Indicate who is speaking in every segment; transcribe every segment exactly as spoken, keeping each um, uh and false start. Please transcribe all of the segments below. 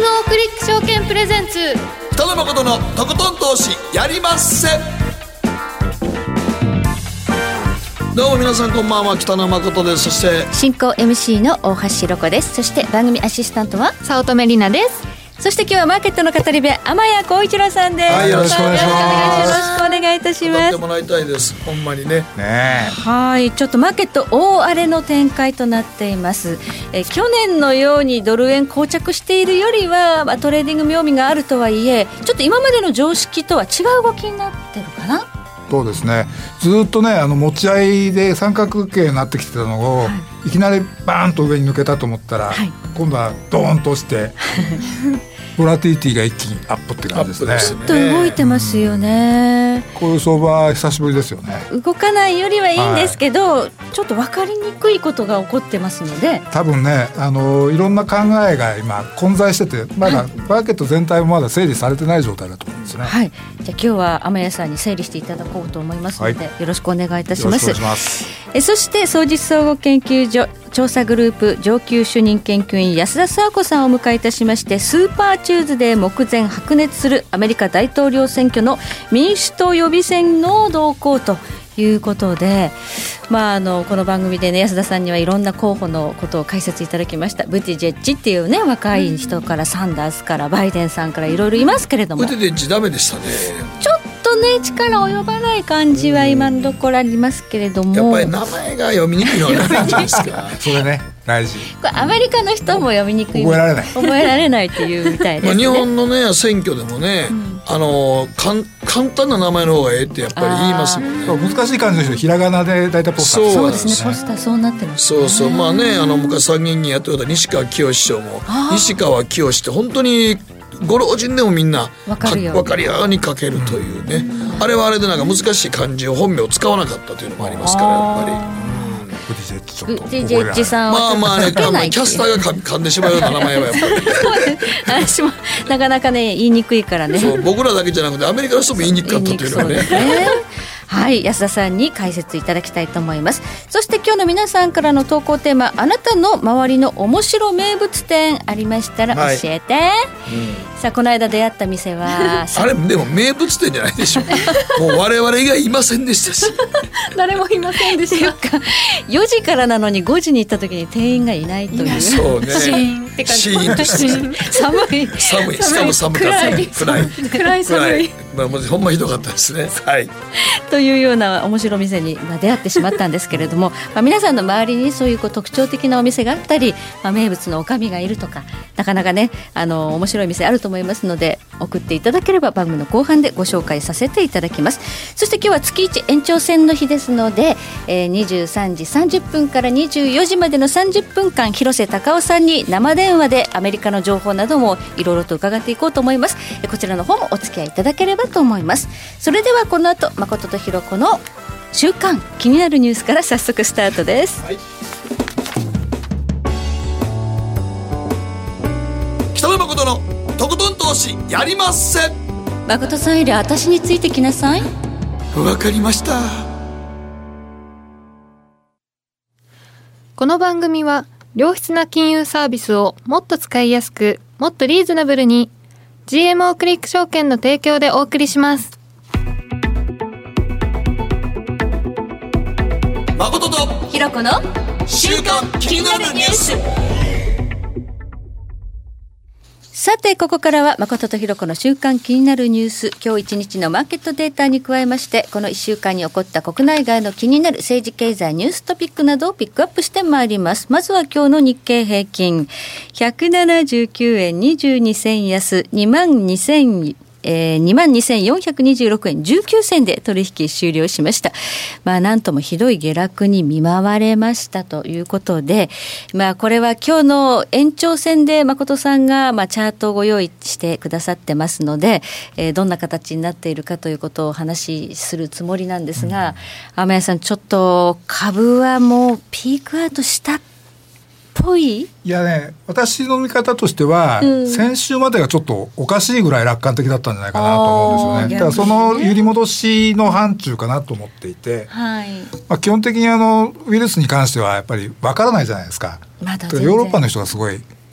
Speaker 1: オクリック証券プレゼンツ
Speaker 2: 北野誠のとことん投資やりまっせ。どうも皆さんこんばんは、北野誠です。そして
Speaker 3: 進行 エムシー の大橋ロコです。そして番組アシスタントは
Speaker 1: 早乙女里奈です。
Speaker 3: そして今日はマーケットの語り部天谷光一郎さんです。
Speaker 2: はい、よろしくお願いします。
Speaker 3: よろしくお願いいたします。
Speaker 2: 語ってもらいたいです、ほんまにね。
Speaker 3: ねはい、ちょっとマーケット大荒れの展開となっています。え去年のようにドル円膠着しているよりは、まあ、トレーディング妙味があるとはいえ、ちょっと今までの常識とは違う動きになってるかな。
Speaker 4: そうですね、ずっとねあの持ち合いで三角形になってきてたのを、はい、いきなりバーンと上に抜けたと思ったら、はい、今度はドーンとしてボラティリティが一気にアップって感じですね。
Speaker 3: ちょっと動いてますよね、
Speaker 4: うん、こういう相場久しぶりですよね。
Speaker 3: 動かないよりはいいんですけど、はい、ちょっと分かりにくいことが起こってますので、
Speaker 4: 多分ねあのいろんな考えが今混在してて、まだ、はい、マーケット全体もまだ整理されてない状態だと思うんですね。
Speaker 3: はい、じゃあ今日は天谷さんに整理していただこうと思いますので、はい、よろしくお願いいたします。
Speaker 4: よろしくお願いします。
Speaker 3: えそして双日総合研究所調査グループ上級主任研究員安田佐和子さんをお迎えいたしまして、スーパーチューズデー目前白熱するアメリカ大統領選挙の民主党予備選の動向ということで、まあ、あのこの番組で、ね、安田さんにはいろんな候補のことを解説いただきました。ブティジェッジっていう、ね、若い人からサンダースからバイデンさんからいろいろいますけれども、
Speaker 2: ブティジェッジダメでしたね。
Speaker 3: ちょっとね力及ばない感じは今のところありますけれども、
Speaker 2: やっぱり名前が読みにくいのがないんじゃないですか。
Speaker 4: それね大事。
Speaker 3: これアメリカの人も読みにくい、
Speaker 4: 覚えられない
Speaker 3: 覚えられないっていうみたいですね。
Speaker 2: まあ日本の、ね、選挙でもね、うん、あのかん簡単な名前の方がええってやっぱり言いますもんね。
Speaker 4: 難しい感じの人ひらがなで大体ポスター。
Speaker 3: そうですね、ポスターそうなってます、ね、
Speaker 2: そうそう、まあね、あの昔参議院議員やってた西川きよし師匠も西川きよしって本当にご老人でもみんな分かるように、分かるように書けるというね、うん、あれはあれでなんか難しい漢字を本名を使わなかったというのもありますから、やっぱり
Speaker 4: ブティジェッジちょっと
Speaker 3: ブティジェッジさんは
Speaker 2: まあまあね、キャスターが噛んでしまうような名前はやっぱり
Speaker 3: 私もなかなかね言いにくいからね。
Speaker 2: そう僕らだけじゃなくてアメリカの人も言いにくかったというのはね。
Speaker 3: はい、安田さんに解説いただきたいと思います。そして今日の皆さんからの投稿テーマ、あなたの周りの面白名物店ありましたら教えて、はいうん、さあこの間出会った店は
Speaker 2: あれでも名物店じゃないでしょもう我々以外いませんでしたし
Speaker 3: 誰もいませんでしたよじからなのにごじに行った時に店員がいないという、
Speaker 2: そうね、
Speaker 3: シーンって感じ、
Speaker 2: シーンとして
Speaker 3: 寒い
Speaker 2: 寒い、しかも寒かった、暗い
Speaker 3: 暗い暗い寒い、
Speaker 2: まあ、もうほんまひどかったですね。はい
Speaker 3: というような面白い店に出会ってしまったんですけれどもまあ皆さんの周りにそういうこう特徴的なお店があったり、まあ、名物のおかみがいるとか、なかなかねあの面白い店あると思いますので送っていただければ番組の後半でご紹介させていただきます。そして今日は月いち延長戦の日ですので、えー、にじゅうさんじさんじゅっぷんからにじゅうよじまでのさんじゅっぷんかん広瀬隆夫さんに生電話でアメリカの情報などもいろいろと伺っていこうと思います。こちらの方もお付き合いいただければと思います。それではこの後誠とひろ子の週刊気になるニュースから早速スタートです、はい、
Speaker 2: 北野誠のとことん投資やりまっせ。
Speaker 3: 誠さんより私についてきなさい。
Speaker 2: わかりました。
Speaker 1: この番組は良質な金融サービスをもっと使いやすくもっとリーズナブルに ジーエムオー クリック証券の提供でお送りします。
Speaker 2: 誠と
Speaker 3: ひろ子の
Speaker 2: 週刊気になるニュース。
Speaker 3: さてここからは誠とひろ子の週刊気になるニュース、今日一日のマーケットデータに加えましてこのいっしゅうかんに起こった国内外の気になる政治経済ニューストピックなどをピックアップしてまいります。まずは今日の日経平均ひゃくななじゅうきゅうえんにじゅうにせん安 にまんにせんえー、にまんにせんよんひゃくにじゅうろくえんじゅうきゅうせんで取引終了しました。まあなんともひどい下落に見舞われましたということで、まあこれは今日の延長戦で誠さんがまあチャートをご用意してくださってますので、えー、どんな形になっているかということをお話しするつもりなんですが、うん、天谷さんちょっと株はもうピークアウトしたぽい？
Speaker 4: いやね、私の見方としては、うん、先週までがちょっとおかしいぐらい楽観的だったんじゃないかなと思うんですよね。だからその揺り戻しの範疇かなと思っていて、はいまあ、基本的にあのウイルスに関してはやっぱりわからないじゃないですか。まだヨーロッパの人がすごい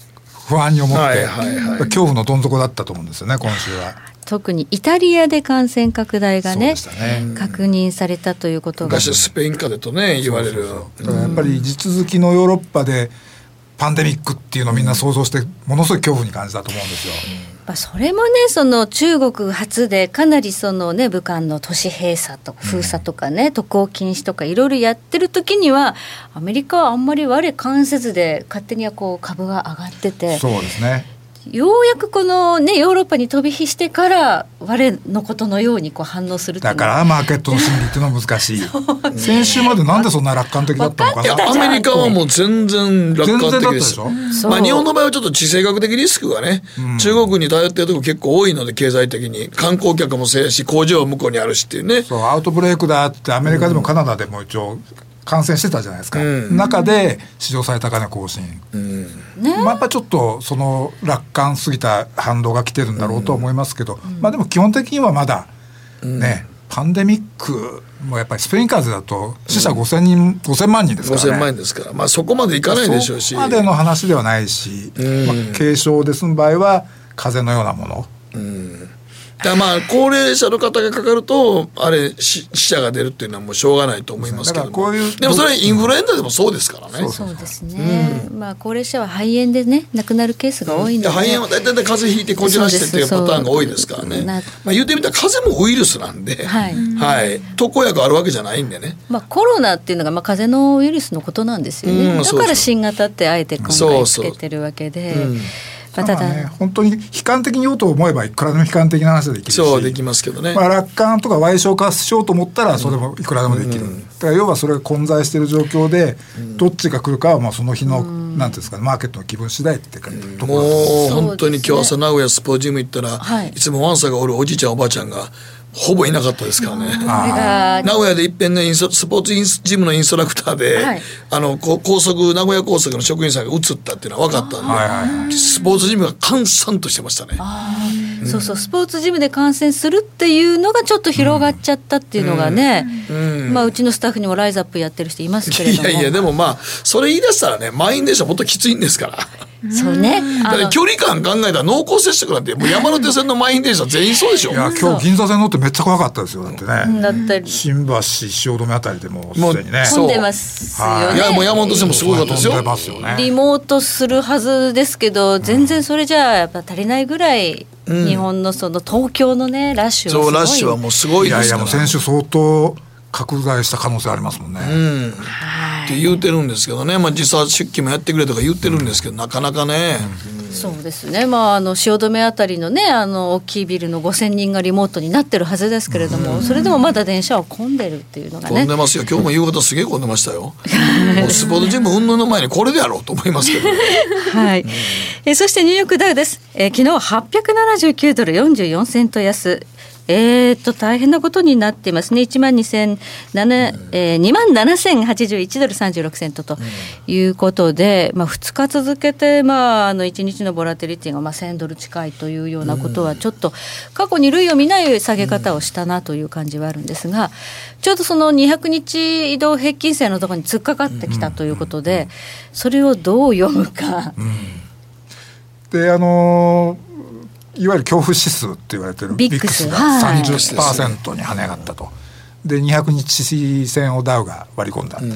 Speaker 4: 不安に思って、
Speaker 2: はいはいはい、
Speaker 4: 恐怖のどん底だったと思うんですよね今週は。
Speaker 3: 特にイタリアで感染拡大が ね,
Speaker 4: ね
Speaker 3: 確認されたということが、
Speaker 2: 昔スペイン風邪とね言われる。
Speaker 4: そうそうそうだからやっぱり地続きのヨーロッパでパンデミックっていうのをみんな想像してものすごい恐怖に感じたと思うんですよ。
Speaker 3: まあ、それもねその中国発でかなりその、ね、武漢の都市閉鎖とか封鎖とかね、うん、渡航禁止とかいろいろやってる時にはアメリカはあんまり我関せずで勝手にはこう株が上がってて、
Speaker 4: そうですね、
Speaker 3: ようやくこの、ね、ヨーロッパに飛び火してから我のことのようにこう反応するっていうのは
Speaker 4: だからマーケットの心理っていうのは難しい先週までなんでそんな楽観的だったのかな。
Speaker 2: いやアメリカはもう全然楽観的ですよ。まあ、日本の場合はちょっと地政学的リスクがね、うん、中国に頼ってるところ結構多いので経済的に観光客もそうやし工場は向こうにあるしっていうね。
Speaker 4: そうアウトブレイクだってアメリカでもカナダでも一応感染してたじゃないですか、うん、中で史上最高値更新、うんねまあ、やっぱちょっとその楽観すぎた反動が来てるんだろうと思いますけど、うんまあ、でも基本的にはまだね、うん、パンデミックもやっぱりスペイン風邪だと死者ごせんにん、ごせんまんにんですからね。
Speaker 2: ごせんまんにんですから、まあ、そこまでいかないでしょうし、
Speaker 4: そこまでの話ではないし、うんまあ、軽症で済む場合は風邪のようなもの、うん
Speaker 2: だまあ高齢者の方がかかるとあれ死者が出るっていうのはもうしょうがないと思いますけども、こういうでもそれはインフルエンザでもそうですからね。
Speaker 3: そうですね、うんまあ、高齢者は肺炎でね亡くなるケースが多いので、うん、
Speaker 2: 肺炎は大体風邪ひいてこじらしてっていうパターンが多いですからね。まあ、言ってみたら風邪もウイルスなんで、はいはい、特効薬あるわけじゃないんでね、
Speaker 3: まあ、コロナっていうのがまあ風邪のウイルスのことなんですよね、うん、だから新型ってあえて今回つけてるわけで、そうそう、うん
Speaker 4: まあ、ただね、本当に悲観的に言おうと思えばいくらでも悲観的な話でできるし、
Speaker 2: そうできますけどね、
Speaker 4: まあ、楽観とか歪償化しようと思ったらそれもいくらでもできる、うん、だから要はそれが混在している状況で、うん、どっちが来るかはまあその日の、うん、なんていうんですかね、マーケットの気分次第っていうか、うん、ところ
Speaker 2: もう本当に今日朝名古屋スポージム行ったら、はい、いつもワンサがおるおじいちゃんおばあちゃんがほぼいなかったですからね。名古屋でいっぺんねスポーツインジムのインストラクターで、はい、あの高速名古屋高速の職員さんが移ったっていうのは分かったんで、はいはい、スポーツジムが閑散としてましたね。
Speaker 3: あ、うん、そうそうスポーツジムで感染するっていうのがちょっと広がっちゃったっていうのがね、うんうんまあ、うちのスタッフにもライズアップやってる人いますけれども、
Speaker 2: いやいやでもまあそれ言い出したらね満員電車もっときついんですから。
Speaker 3: そうね、
Speaker 2: だから距離感考えたら濃厚接触なんてもう山手線の満員電車全員そうでしょ。
Speaker 4: いや今日銀座線乗ってめっちゃ怖かったですよ。だってね、だったり新橋汐留あたりでもすでにね
Speaker 3: 混んでますよね。
Speaker 2: いやもう山手線もすごかったですよ。
Speaker 4: 混んでますよね。
Speaker 3: リモートするはずですけど全然それじゃやっぱ足りないぐらい、うん、日本のその東京のねラッシュはすごい。
Speaker 2: そうラッシュはもうすごいですから。
Speaker 4: いやいやもう先週相当拡大した可能性ありますもんね、うん、
Speaker 2: って言うてるんですけどね、まあ、時差出勤もやってくれとか言ってるんですけど、うん、なかなかね、
Speaker 3: うん、そうですね、まあ、あの汐留あたりのねあの大きいビルのごせんにんがリモートになってるはずですけれども、うん、それでもまだ電車は混んでるっていうのがね。
Speaker 2: 混んでますよ。今日も夕方すげえ混んでましたよもうスポーツジム運動の前にこれでやろうと思いますけど、ね
Speaker 3: はい、うんえそしてニューヨークダウです、えー、昨日はっぴゃくななじゅうきゅうドルよんじゅうよんセント安、えー、と大変なことになっていますね。いちまんにせんなな、えー、にまんななせんはちじゅういちドルさんじゅうろくセントということで、まあ、ふつか続けて、まあ、あのいちにちのボラティリティがまあせんドル近いというようなことはちょっと過去に類を見ない下げ方をしたなという感じはあるんですが、ちょうどそのにひゃくにち移動平均線のところに突っかかってきたということで、それをどう読むか、うん、
Speaker 4: であのーいわゆる恐怖指数って言われてるビックスが さんじゅっパーセント に跳ね上がったと。でにひゃくにち線をダウが割り込んだ、うん、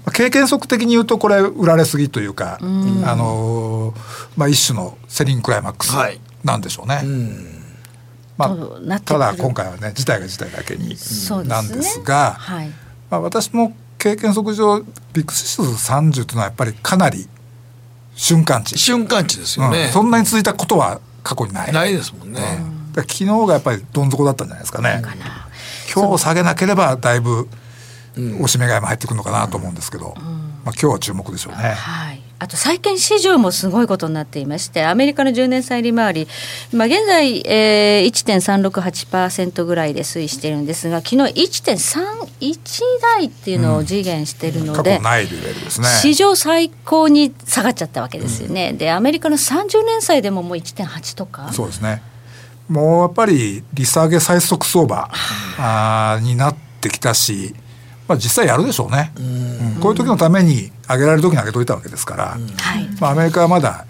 Speaker 4: 経験則的に言うとこれ売られすぎというか、うん、あのまあ、一種のセリングクライマックスなんでしょうね、はいうんまあ、ただ今回はね事態が事態だけになんですが、す、ねはいまあ、私も経験則上ビックス指数さんじゅうというのはやっぱりかなり瞬間値
Speaker 2: 瞬間値ですよね、
Speaker 4: うん、そんなに続いたことは過去にない
Speaker 2: ないですもんね、
Speaker 4: うん、だ昨日がやっぱりどん底だったんじゃないですかね、うん、今日下げなければだいぶおしめ買いも入ってくるのかなと思うんですけど、うんまあ、今日は注目でしょうね、
Speaker 3: はい、あと債券市場もすごいことになっていまして、アメリカのじゅうねん債利回り、まあ、現在、えー、いちてんさんろくはちパーセント ぐらいで推移しているんですが、昨日 いちてんさんいち 台っていうのを次元しているので、うん、過去ないレベルですね。史上最高に下がっちゃったわけですよね、うん、でアメリカのさんじゅうねん債でももう いってんはち とか。
Speaker 4: そうですね、もうやっぱり利下げ最速相場あになってきたし、まあ、実際やるでしょうね、うんうん、こういう時のために上げられる時に上げといたわけですから、うんまあ、アメリカはまだ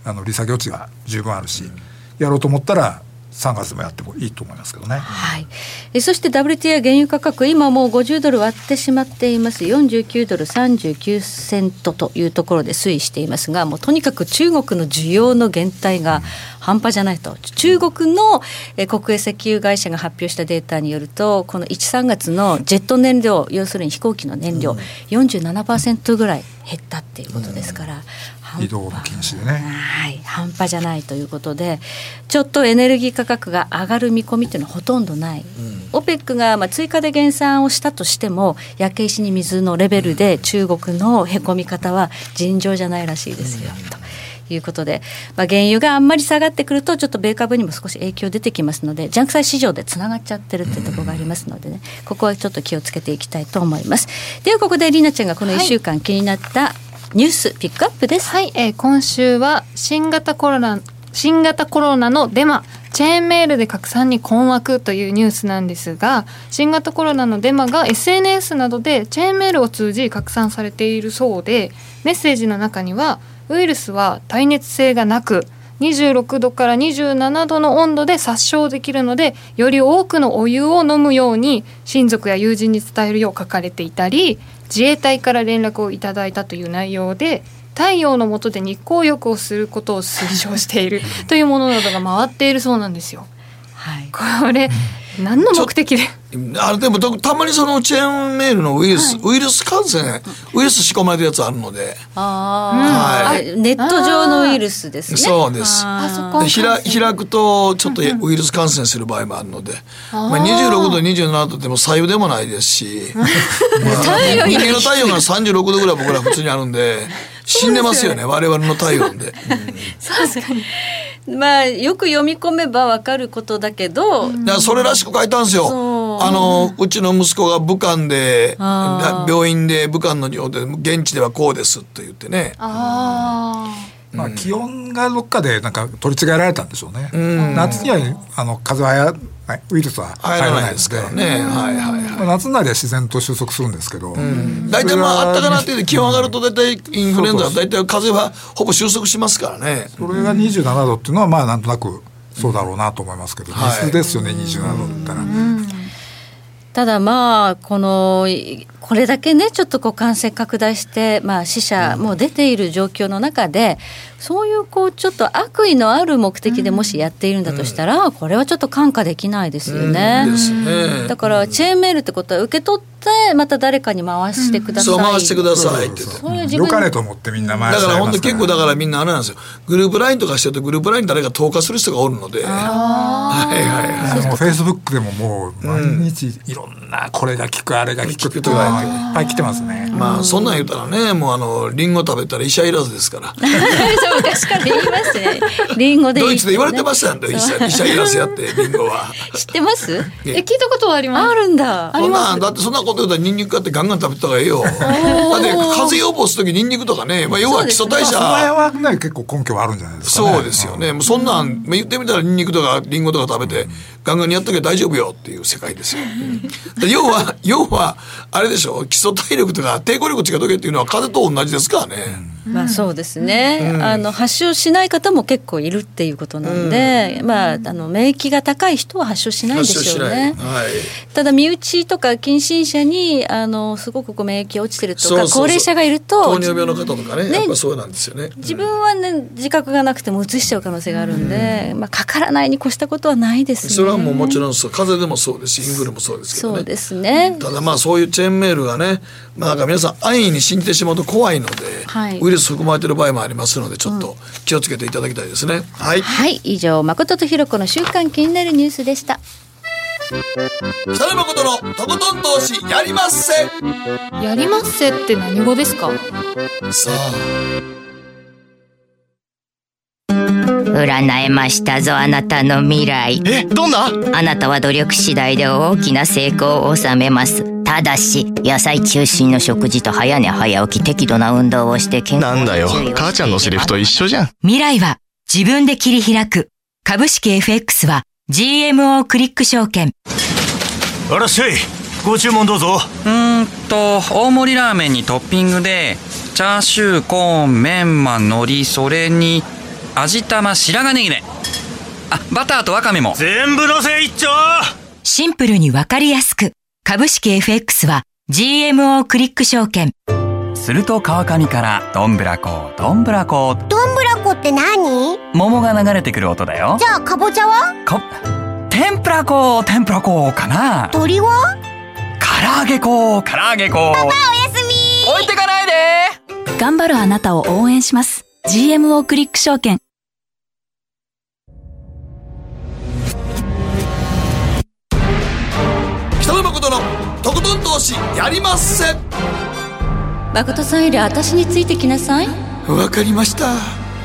Speaker 4: あの利下げ余地が十分あるし、やろうと思ったらさんがつでもやってもいいと思いますけどね。
Speaker 3: はい、えそして ダブリューティーアイ 原油価格、今もうごじゅうドル割ってしまっています。よんじゅうきゅうドルさんじゅうきゅうセントというところで推移していますが、もうとにかく中国の需要の減退が半端じゃないと。中国のえ国営石油会社が発表したデータによると、このいち、さんがつのジェット燃料、要するに飛行機の燃料、うん、よんじゅうななパーセント ぐらい減ったっていうことですから、
Speaker 4: うん、移動の禁止でね、
Speaker 3: はい、半端じゃないということで、ちょっとエネルギー価格が上がる見込みというのはほとんどない、うん、オペック がまあ追加で減産をしたとしても、焼け石に水のレベルで中国のへこみ方は尋常じゃないらしいですよ、うん、ということで、まあ、原油があんまり下がってくるとちょっと米株にも少し影響出てきますので、ジャンク債市場でつながっちゃってるっていうところがありますのでね、ここはちょっと気をつけていきたいと思います。ではここでりなちゃんがこのいっしゅうかん気になったニュースピックアップです。
Speaker 1: はい、えー、今週は新型コロナ新型コロナのデマ、チェーンメールで拡散に困惑というニュースなんですが、新型コロナのデマが エスエヌエス などでチェーンメールを通じ拡散されているそうで、メッセージの中にはウイルスは耐熱性がなくにじゅうろくどからにじゅうななどの温度で殺傷できるので、より多くのお湯を飲むように親族や友人に伝えるよう書かれていたり、自衛隊から連絡をいただいたという内容で、太陽の下で日光浴をすることを推奨しているというものなどが回っているそうなんですよ。はい、これ何の目的で
Speaker 2: あれでもたまにそのチェーンメールのウイルス、はい、ウイルス感染、ウイルス仕込まれるやつあるので、
Speaker 3: あ、はい、ネット上のウイルスですね。
Speaker 2: そうです。あそこで開, 開くとちょっとウイルス感染する場合もあるので、まあ、にじゅうろくどにじゅうななどでも左右でもないですし、まあ、人間の体温がさんじゅうろくどぐらい僕ら普通にあるんで死んでますよね、我々の体温で、うん、
Speaker 3: 確かに。まあ、よく読み込めば分かることだけど、
Speaker 2: うん、だからそれらしく書いたんですよ。あのうちの息子が武漢で病院で武漢の状態で現地ではこうですと言ってね。あ、
Speaker 4: まあ、気温がどっかでなんか取り違えられたんでしょうね、うん、夏にはあの風邪はウイルスは入らないですからね、はいはいはい、夏になりは自然と収束するんですけど、
Speaker 2: 大体、うん、まああったかなって気温上がると大体インフルエンザは大体風邪はほぼ収束しますからね。
Speaker 4: それがにじゅうななどっていうのはまあなんとなくそうだろうなと思いますけど、水ですよね、にじゅうななどだったら、うん、
Speaker 3: ただまあこのこれだけねちょっとこう感染拡大して、まあ、死者も出ている状況の中で、そういうこうちょっと悪意のある目的でもしやっているんだとしたら、うん、これはちょっと看過できないですよね、うんですね。だからチェーンメールってことは受け取ってまた誰かに回してください、
Speaker 2: うん、そう回してくださいって
Speaker 4: 言ってよかれと思ってみんな回しちゃいますから、
Speaker 2: だから本当結構だからみんなあれなんですよ、グループラインとかしてるとグループラインに誰か投下する人がおるので、あ、はいはいはい、
Speaker 4: フェイスブックでももう毎日いろんなこれが効くあれが効くとかいっぱい来てますね。
Speaker 2: まあそんなん言うたらね、もうあのリンゴ食べたら医者いらずですから
Speaker 3: そう昔から言いますね、リンゴでいい、ね、
Speaker 2: ドイツで言われてましたんで、医者、医者いらずやってリンゴは
Speaker 3: 知ってます？
Speaker 1: え、聞いたことはあります。
Speaker 3: あるんだ。
Speaker 2: あります。だってそんなこと言うたらニンニク買ってガンガン食べた方がいいよだって風邪予防するときニンニクとかね、まあ、要は基礎代謝、
Speaker 4: それはね結構根拠はあるんじゃないですかね。
Speaker 2: そうですよね、うん、もうそんなん、まあ、言ってみたらニンニクとかリンゴとか食べて、うん、ガンガンにやっとけば大丈夫よっていう世界ですよ、うん、要は要はあれでしょ、基礎体力とか抵抗力つけとけっていうのは風邪と同じですからね、
Speaker 3: うん、まあそうですね、うん、あの発症しない方も結構いるっていうことなんで、うん、まあ、あの免疫が高い人は発症しないでしょうね、はい、ただ身内とか近親者にあのすごくこう免疫が落ちてるとか、そうそうそう、高齢者がいると
Speaker 2: 糖尿病の方とか ね, ねやっぱそうなんですよね、
Speaker 3: 自分はね自覚がなくてもうつしちゃう可能性があるんで、うんまあ、かからないに越したことはないですね。
Speaker 2: それはもうもちろんそう、風邪でもそうですしインフルもそうですけどね。
Speaker 3: そうですね。
Speaker 2: ただまあそういうチェーンメールがね、まあ、なんか皆さん安易に信じてしまうと怖いので、はい、ウイルス含まれている場合もありますのでちょっと気をつけていただきたいですね、うん、はい、
Speaker 3: はい、以上誠とひろ子の週刊気になるニュースでした。
Speaker 2: 北野誠のとことん投資やりまっせ。
Speaker 1: やりまっせって何語ですか？
Speaker 2: さあ
Speaker 5: 占えましたぞ、あなたの未来。
Speaker 6: え、どんな？
Speaker 5: あなたは努力次第で大きな成功を収めます。ただし野菜中心の食事と早寝早起き、適度な運動をして健康に注意をして。
Speaker 6: なんだよ、母ちゃんのセリフと一緒じゃん。
Speaker 5: 未来は自分で切り開く。株式 エフエックス は ジーエムオー クリック証券。
Speaker 6: あらっしゃい、ご注文どうぞ。
Speaker 7: うーんと大盛りラーメンにトッピングでチャーシュー、コーン、メンマ、海苔、それに味玉白髪ネギね。あ、バターとワカメも
Speaker 6: 全部のせ一丁。
Speaker 8: シンプルにわかりやすく。株式 エフエックス は ジーエムオー クリック証券。
Speaker 7: すると川上からどんぶらこどんぶらこ。
Speaker 9: どんぶらこって何？
Speaker 7: 桃が流れてくる音だよ。
Speaker 9: じゃあかぼちゃは？
Speaker 7: こ天ぷらこ天ぷらこかな。
Speaker 9: 鳥は？
Speaker 7: 唐揚げこ唐揚げこ。
Speaker 9: パパおやすみ。
Speaker 7: 置いてかないで。
Speaker 8: 頑張るあなたを応援します。ジーエムオー クリック証券。
Speaker 2: 北野誠のとことん投資やりまっせ。
Speaker 3: 誠さんより私についてきなさい。
Speaker 2: わかりました。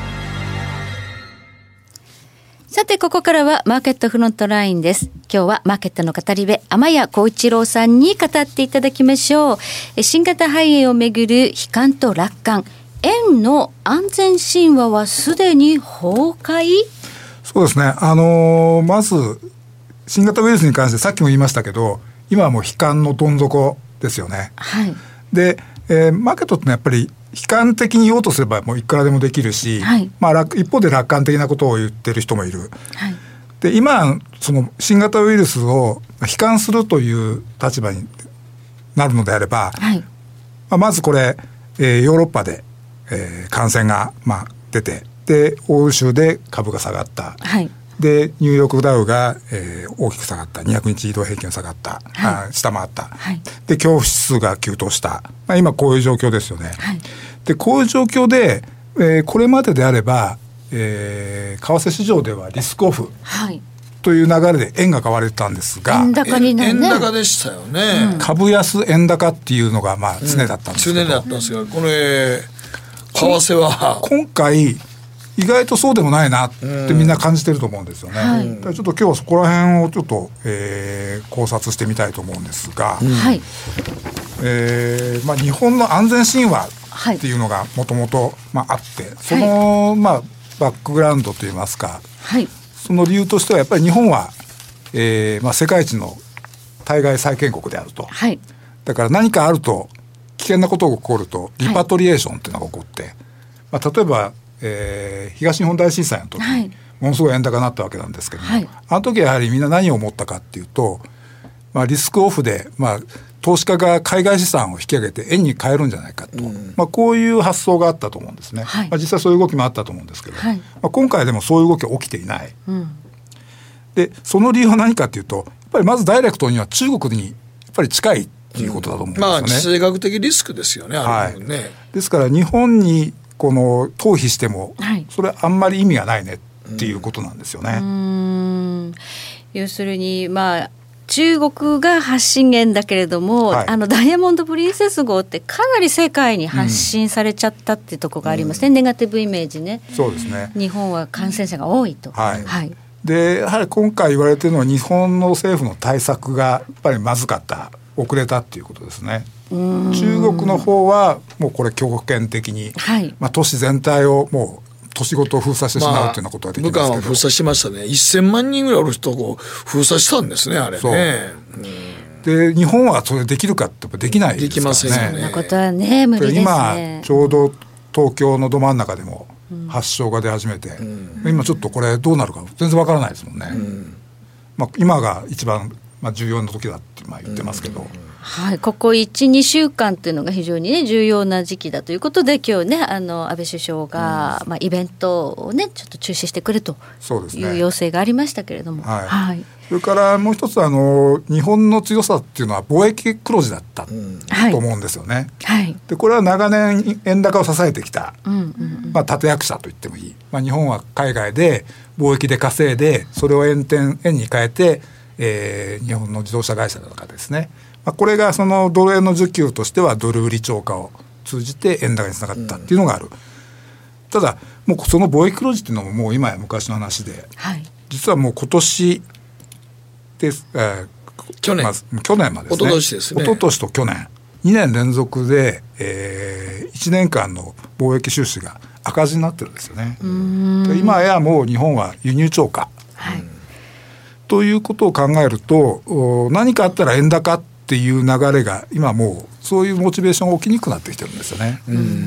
Speaker 3: さてここからはマーケットフロントラインです。今日はマーケットの語り部天谷幸一郎さんに語っていただきましょう。新型肺炎をめぐる悲観と楽観、円の安全神話はすでに崩壊。
Speaker 4: そうですね、あのー、まず新型ウイルスに関してさっきも言いましたけど、今はもう悲観のどん底ですよね。
Speaker 3: はい。
Speaker 4: で、えー、マーケットってのはやっぱり悲観的に言おうとすればもういくらでもできるし、はい、まあ、一方で楽観的なことを言ってる人もいる、はい、で今その新型ウイルスを悲観するという立場になるのであれば、はい、まあ、まずこれ、えー、ヨーロッパで、えー、感染が、まあ、出て、で欧州で株が下がった、はい、でニューヨークダウが、えー、大きく下がった、にひゃくにち移動平均が下がった、はい、あ下回った、はい、で恐怖指数が急騰した、まあ、今こういう状況ですよね、はい、でこういう状況で、えー、これまでであれば、えー、為替市場ではリスクオフ、はい、という流れで円が買われてたんですが、
Speaker 3: 円高になるね、
Speaker 2: 円高でしたよね、うん、
Speaker 4: 株安円高っていうのがまあ常だったんですけど、
Speaker 2: うん、常だったんですが、これ為替は
Speaker 4: 今回意外とそうでもないなってみんな感じてると思うんですよね、はい、ちょっと今日はそこら辺をちょっと、えー、考察してみたいと思うんですが、うん、えーまあ、日本の安全神話っていうのがもともとあって、その、はい、まあ、バックグラウンドといいますか、はい、その理由としてはやっぱり日本は、えーまあ、世界一の対外債権国であると、はい、だから何かあると危険なことが起こるとリパトリエーションっていうのが起こって、はい、まあ、例えばえー、東日本大震災の時に、はい、ものすごい円高になったわけなんですけども、はい、あの時はやはりみんな何を思ったかっていうと、まあ、リスクオフで、まあ、投資家が海外資産を引き上げて円に変えるんじゃないかと、うん、まあ、こういう発想があったと思うんですね、はい、まあ、実際そういう動きもあったと思うんですけど、はい、まあ、今回でもそういう動きは起きていない、うん、でその理由は何かっていうと、やっぱりまずダイレクトには中国にやっぱり近いっていうことだと思うんですよね、うん、まあ、地政学的リスクですよね、ある分ね、はい、ですから日本にこの逃避しても、はい、それあんまり意味がないねっていうことなんですよね、うん、う
Speaker 3: ーん、要するに、まあ、中国が発信源だけれども、はい、あのダイヤモンドプリンセス号ってかなり世界に発信されちゃったっていうところがありますね、うん、ネガティブイメージね。
Speaker 4: そうですね、
Speaker 3: 日本は感染者が多いと、はいはい、
Speaker 4: でやはり今回言われているのは日本の政府の対策がやっぱりまずかった、遅れたっていうことですね。中国の方はもうこれ強権的に、はい、まあ、都市全体をもう都市ごと封鎖してしまうというようなことができますけど、まあ、
Speaker 2: 武漢は封鎖しましたね。せんまんにんぐらいおる人を封鎖したんですね、あれね、
Speaker 4: うん、で日本はそれできるかってできないですからね。できませんよね。
Speaker 3: そんなことはね無理ですね。
Speaker 4: 今ちょうど東京のど真ん中でも発症が出始めて、うん、今ちょっとこれどうなるか全然わからないですもんね、うん、まあ、今が一番、まあ、重要な時だってまあ言ってますけど、うん、
Speaker 3: はい、ここ いちにしゅうかんっていうのが非常に、ね、重要な時期だということで、今日ね、あの安倍首相が、うん、まあ、イベントをねちょっと中止してくれという要請がありましたけれども、
Speaker 4: はいはい、それからもう一つ、あの日本の強さっていうのは貿易黒字だった、うん、と思うんですよね、はい、でこれは長年円高を支えてきた、うんうんうん、まあ、立役者と言ってもいい、まあ、日本は海外で貿易で稼いでそれを円転円に変えて、えー、日本の自動車会社とかですね、まあ、これがそのドル円の需給としてはドル売り超過を通じて円高につながったっていうのがある、うん、ただもうその貿易黒字っていうのももう今や昔の話で、はい、実はもう今年です、えー、
Speaker 2: 去年、
Speaker 4: まあ、去年までですね、
Speaker 2: 一昨年ですね、
Speaker 4: 一昨年と去年にねん連続で、えー、いちねんかんの貿易収支が赤字になってるんですよね。うーん、今やもう日本は輸入超過、はい、ということを考えると何かあったら円高っていう流れが今もうそういうモチベーションが起きにくくなってきてるんですよね。うーん、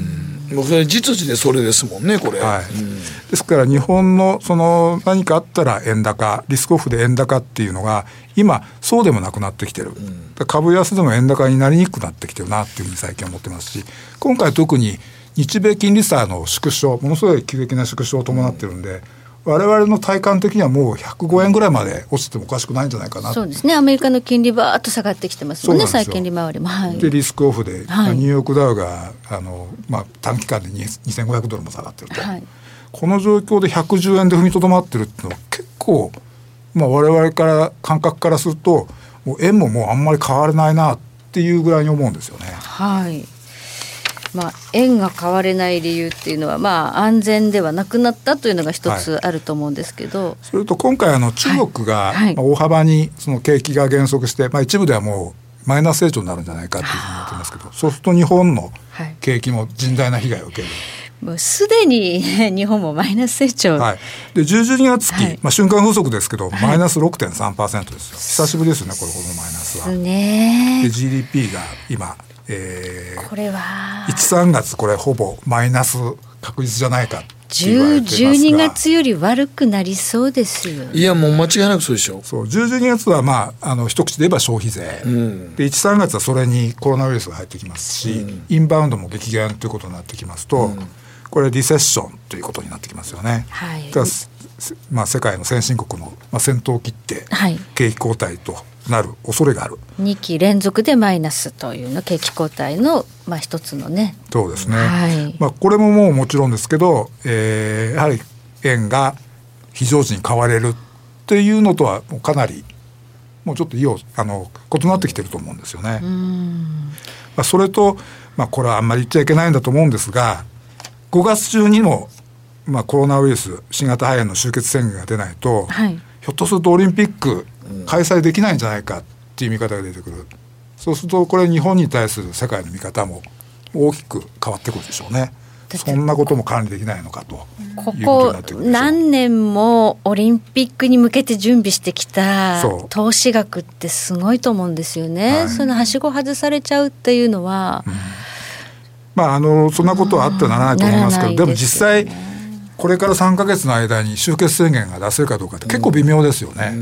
Speaker 2: もうそれ実需でそれですもんねこれ、
Speaker 4: はい
Speaker 2: うん、
Speaker 4: ですから日本のその何かあったら円高リスクオフで円高っていうのが今そうでもなくなってきてる、うん、株安でも円高になりにくくなってきてるなっていうふうに最近思ってますし、今回特に日米金利差の縮小ものすごい急激な縮小を伴ってるんで、うん我々の体感的にはもうひゃくごえんぐらいまで落ちてもおかしくないんじゃないかな。
Speaker 3: そうですね、アメリカの金利バーッと下がってきてますもんね、債券利回りも、はい、
Speaker 4: でリスクオフで、はい、ニューヨークダウがあの、まあ、短期間でにせんごひゃくドルも下がってると、はい、この状況でひゃくじゅうえんで踏みとどまってるっていうのは結構、まあ、我々から感覚からするともう円ももうあんまり変わらないなっていうぐらいに思うんですよね。
Speaker 3: はいまあ、円が買われない理由っていうのは、まあ、安全ではなくなったというのが一つあると思うんですけど、はい、
Speaker 4: それと今回あの中国が、はいまあ、大幅にその景気が減速して、まあ、一部ではもうマイナス成長になるんじゃないかというふうに言ってますけど、そうすると日本の景気も甚大な被害を受ける、
Speaker 3: もうすでに、ね、日本もマイナス成長、
Speaker 4: はい、でじゅう、じゅうにがつ期、はいまあ、瞬間風速ですけど、はい、マイナス ろくてんさんパーセント ですよ。久しぶりですよねこれほどのマイナスは。
Speaker 3: ですね。
Speaker 4: で ジーディーピー が今えー、
Speaker 3: これはいち、
Speaker 4: さんがつこれほぼマイナス確実じゃないかって
Speaker 3: 言われてますがじゅう、じゅうにがつより悪くなりそうですよ。
Speaker 2: いやもう間違いなくそうでしょ。
Speaker 4: そうじゅう、じゅうにがつは、まあ、あの一口で言えば消費税、うん、でいち、さんがつはそれにコロナウイルスが入ってきますし、うん、インバウンドも激減ということになってきますと、うん、これリセッションということになってきますよね、はいだまあ、世界の先進国の、まあ、先頭を切って景気後退となる恐れがある、
Speaker 3: にき連続でマイナスというの景気後退の、まあ、一つのね。
Speaker 4: そうですね、はいまあ、これももうもちろんですけど、えー、やはり円が非常時に買われるっていうのとはもうかなりもうちょっと異をあの異なってきてると思うんですよね。うんまあ、それと、まあ、これはあんまり言っちゃいけないんだと思うんですが、ごがつ中にも、まあ、コロナウイルス新型肺炎の終結宣言が出ないと、はい、ひょっとするとオリンピック開催できないんじゃないかっていう見方が出てくる。そうするとこれ日本に対する世界の見方も大きく変わってくるでしょうね。そんなことも管理できないのかと
Speaker 3: ここ何年もオリンピックに向けて準備してきた投資額ってすごいと思うんですよね、はい、そのはしご外されちゃうっていうのは、うん、
Speaker 4: まああのそんなことはあってはならないと思いますけど、でも実際これからさんかげつの間に終結宣言が出せるかどうかって結構微妙ですよね、うん、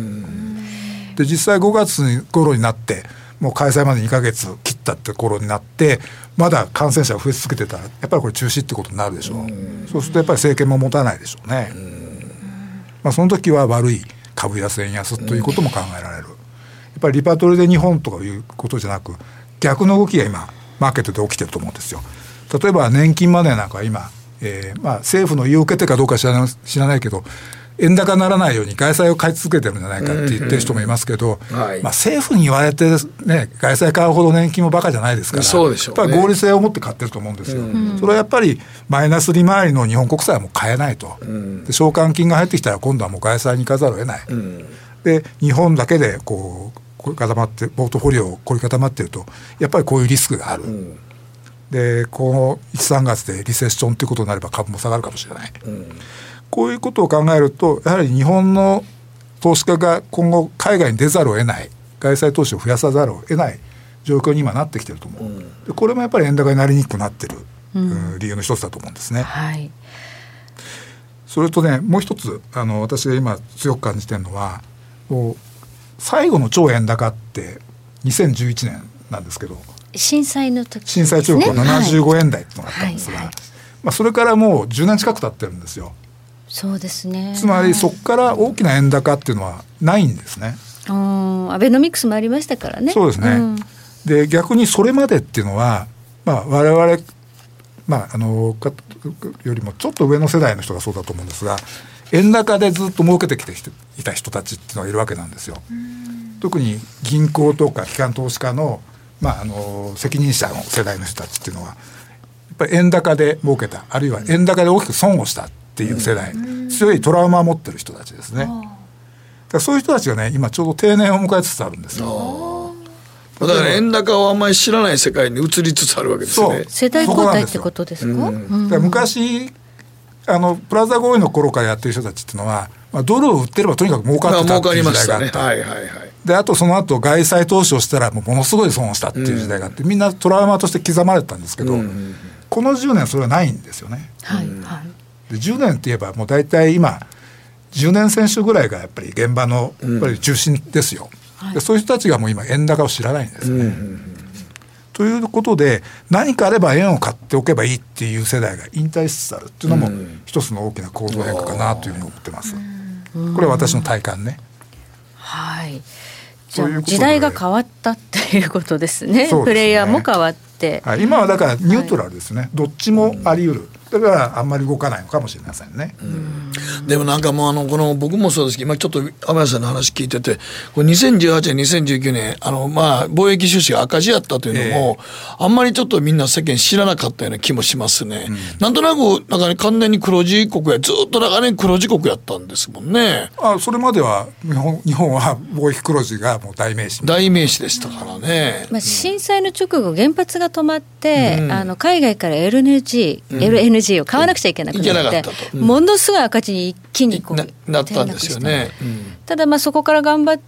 Speaker 4: で実際ごがつ頃になってもう開催までにかげつ切ったって頃になってまだ感染者が増え続けてたらやっぱりこれ中止ってことになるでしょう、うん、そうするとやっぱり政権も持たないでしょうね、うんまあ、その時は悪い株安円安ということも考えられる、うん、やっぱりリパトリで日本とかいうことじゃなく逆の動きが今マーケットで起きてると思うんですよ。例えば年金マネーなんかは今、えーまあ、政府の意を受けてかどうか知らない、知らないけど円高にならないように外債を買い続けてるんじゃないかって言ってる人もいますけど、うんうんはいまあ、政府に言われて、ね、外債買うほど年金もバカじゃないですから、
Speaker 2: そうでしょうね、
Speaker 4: やっぱり合理性を持って買ってると思うんですよ、うん、それはやっぱりマイナス利回りの日本国債はもう買えないと、うん、で償還金が入ってきたら今度はもう外債に行かざるを得ない、うん、で日本だけでこう凝り固まってポートフォリオを凝り固まってるとやっぱりこういうリスクがある、うんでこのいち、さんがつでリセッションということになれば株も下がるかもしれない、うん、こういうことを考えるとやはり日本の投資家が今後海外に出ざるを得ない外債投資を増やさざるを得ない状況に今なってきてると思う、うん、でこれもやっぱり円高になりにくくなってる、うん、理由の一つだと思うんですね、はい、それとねもう一つあの私が今強く感じてるのはもう最後の超円高ってにせんじゅういちねんなんですけど
Speaker 3: 震災の時、ね、
Speaker 4: 震災直後ななじゅうごえん台ってのがあったんですが、はいはいまあ、それからもうじゅうねん近く経ってるんですよ。
Speaker 3: そうですね。
Speaker 4: つまりそこから大きな円高っていうのはないんですね。
Speaker 3: アベノミクスもありましたからね。
Speaker 4: そうですね、うん、で逆にそれまでっていうのは、まあ、我々、まあ、あのよりもちょっと上の世代の人がそうだと思うんですが円高でずっと儲けてきていた人たちっていうのがいるわけなんですよ。特に銀行とか機関投資家のまあ、あの責任者の世代の人たちっていうのはやっぱり円高で儲けたあるいは円高で大きく損をしたっていう世代、うん、強いトラウマを持ってる人たちですね。だからそういう人たちがね今ちょうど定年を迎えつつあるんですよ。
Speaker 2: だから円高をあんまり知らない世界に移りつつあるわけですね。
Speaker 3: そう世代交代ってことですか。うん、
Speaker 4: だから昔あのプラザ合意の頃からやってる人たちっていうのは、まあ、ドルを売ってればとにかく儲かってたっていう時代があった、
Speaker 2: はいはいはい、
Speaker 4: であとその後外債投資をしたらもうものすごい損をしたっていう時代があって、うん、みんなトラウマとして刻まれてたんですけど、うん、 このじゅうねんそれはないんですよね、
Speaker 3: はいはい、
Speaker 4: でじゅうねんって言えばもう大体今じゅうねん選手ぐらいがやっぱり現場のやっぱり中心ですよ、うん、でそういう人たちがもう今円高を知らないんですよね、うん、ということで何かあれば円を買っておけばいいっていう世代が引退しつつあるっていうのも一つの大きな構造変化かなというふうに思ってます、うん、これは私の体感ね。
Speaker 3: はい、じゃあ時代が変わったっていうことですね。ですね、プレイヤーも変わって、
Speaker 4: はい、今はだからニュートラルですね、はい、どっちもあり得る、だからあんまり動かないのかもしれませんね。
Speaker 2: うん、でもなんかもうあのこの僕もそうですけど今ちょっと天谷さんの話聞いててこれにせんじゅうはちねんにせんじゅうきゅうねんあのまあ貿易収支が赤字やったというのも、えー、あんまりちょっとみんな世間知らなかったような気もしますね、うん、なんとなくなんか、ね、完全に黒字国やずっと長年黒字国やったんですもんね。
Speaker 4: あそれまでは日本、日本は貿易黒字がもう代名詞
Speaker 2: 代名詞でしたからね、
Speaker 3: まあ、震災の直後原発が止まって、うん、あの海外から エルエヌジー、うん、エルエヌジー を買わなくちゃいけないなくなって、うん、ものすごい赤字に一気にこう
Speaker 2: な, なったんですよね、うん、
Speaker 3: ただまあそこから頑張って、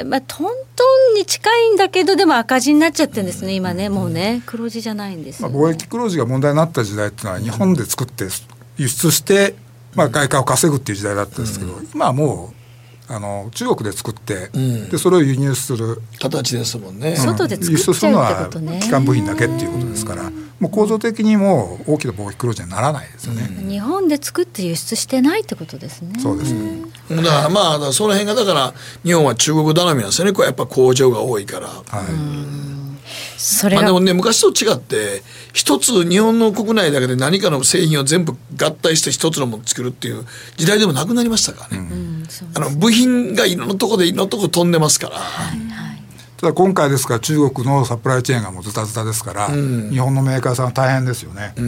Speaker 3: まあ、トントンに近いんだけどでも赤字になっちゃってるんですね、うん、今ねもうね黒字じゃないんですよ、ね、
Speaker 4: まあ、貿易黒字が問題になった時代っていうのは日本で作って輸出して、まあ、外貨を稼ぐっていう時代だったんですけど、うん、今はもうあの中国で作って、うん、でそれを輸入する
Speaker 2: 形ですもんね、
Speaker 3: うん、外で作っちゃうってことね。
Speaker 4: 輸出するのは基幹部品だけっていうことですから、うん、もう構造的にもう大きな貿易黒字にならないですよね、
Speaker 3: うん、日本で作って輸出してないってことですね。
Speaker 4: そうです、
Speaker 2: うん、だからまあだからその辺がだから日本は中国頼みなんですよね。これやっぱ工場が多いから、はい、うん
Speaker 3: それが
Speaker 2: まあ、でもね昔と違って一つ日本の国内だけで何かの製品を全部合体して一つのものを作るっていう時代でもなくなりましたからね、うん、あの部品がいろんなところでいろんなところ飛んでますから、はいはい、
Speaker 4: ただ今回ですから中国のサプライチェーンがもうズタズタですから、うん、日本のメーカーさんは大変ですよね、うん、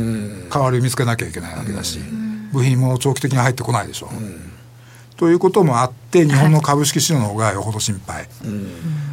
Speaker 4: 代わりを見つけなきゃいけないわけだし、うん、部品も長期的に入ってこないでしょう、うん、ということもあって日本の株式市場の方がよほど心配、はい、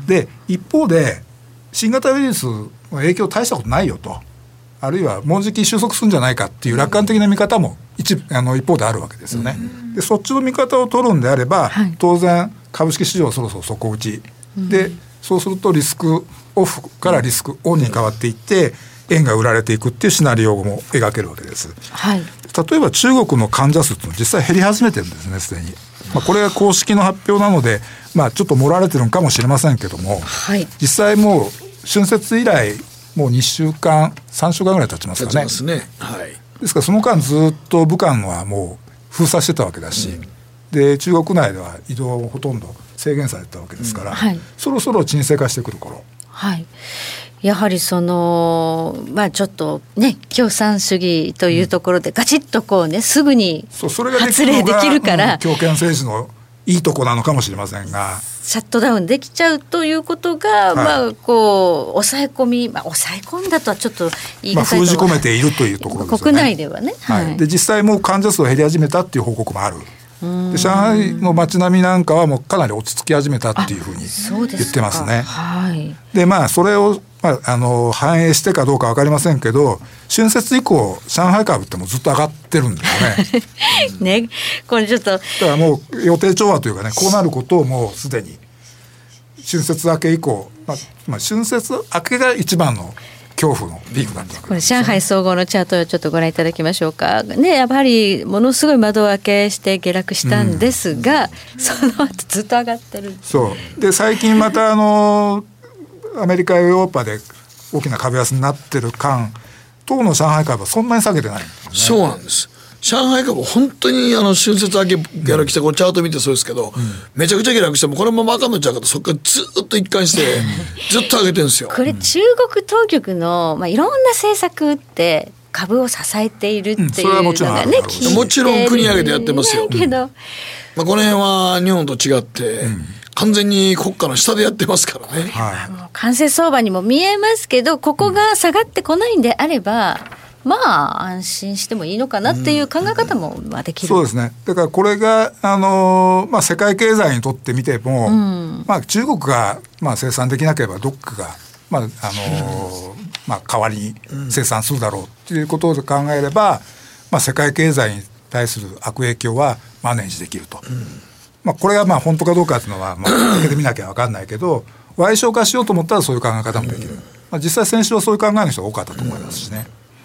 Speaker 4: で一方で新型ウイルスの影響大したことないよと、あるいはもうじき収束するんじゃないかっていう楽観的な見方も 一, あの一方であるわけですよね、うん、でそっちの見方を取るんであれば、はい、当然株式市場はそろそろ底打ち、うん、でそうするとリスクオフからリスクオンに変わっていって円が売られていくっていうシナリオも描けるわけです、はい、例えば中国の患者数って実際減り始めてるんですねすでに、まあ、これが公式の発表なので、まあ、ちょっと盛られてるのかもしれませんけども、はい、実際もう春節以来もうにしゅうかんさんしゅうかんぐらい経ちますかね。
Speaker 2: 経ちますね、はい、
Speaker 4: ですからその間ずっと武漢はもう封鎖してたわけだし、うん、で中国内では移動をほとんど制限されてたわけですから、うんはい、そろそろ沈静化してくる頃、
Speaker 3: はい、やはりそのまあちょっとね共産主義というところでガチッとこうねすぐに発令できるから、
Speaker 4: うん、強権政治のいいとこなのかもしれませんが
Speaker 3: シャットダウンできちゃうということが、はいまあ、こう抑え込み、まあ、抑え込んだとはちょっと言い難いと、
Speaker 4: まあ、封じ込めているというところですよね。
Speaker 3: 国内ではね、
Speaker 4: はいはい、で実際もう患者数が減り始めたっていう報告もある。で上海の街並みなんかはもうかなり落ち着き始めたっていうふうに言ってますね。はい、でまあそれを、まあ、あの反映してかどうか分かりませんけど春節以降上海株ってもうずっと上がってるんですよ
Speaker 3: ね。ねこれちょっとだ
Speaker 4: からもう予定調和というかねこうなることをもうすでに春節明け以降、まあ、まあ、春節明けが一番の恐怖のピークだったわけです。
Speaker 3: これ上海総合のチャートをちょっとご覧いただきましょうか、ね、やっぱりものすごい窓開けして下落したんですが、うん、その後ずっと上がってる。
Speaker 4: そうで最近またあのアメリカやヨーロッパで大きな株安になってる間当の上海株はそんなに下げてないんですね。
Speaker 2: そうなんです。上海株本当にあの春節明け下落して、このチャート見てそうですけど、うん、めちゃくちゃ下落してもこのままあかんのちゃうかとそこからずっと一貫してずっと上げてるんですよ。
Speaker 3: これ中国当局の、まあ、いろんな政策って株を支えているっていうのがね、
Speaker 2: うん、もちろん国上げてやってますよ、
Speaker 3: けど、
Speaker 2: うんまあ、この辺は日本と違って、うん完全に国家の下でやってますからね、
Speaker 3: はい、もう為替相場にも見えますけどここが下がってこないんであれば、うん、まあ安心してもいいのかなっていう考え方もできる、
Speaker 4: うん、そうですね。だからこれが、あのーまあ、世界経済にとってみても、うんまあ、中国が、まあ、生産できなければどっかが、まああのーまあ、代わりに生産するだろうということを考えれば、まあ、世界経済に対する悪影響はマネージできると、うんまあ、これがまあ本当かどうかというのはまあ受けてみなきゃ分かんないけど矮小化しようと思ったらそういう考え方もできる、まあ、実際先週はそういう考えの人が多かったと思いますしね、うん、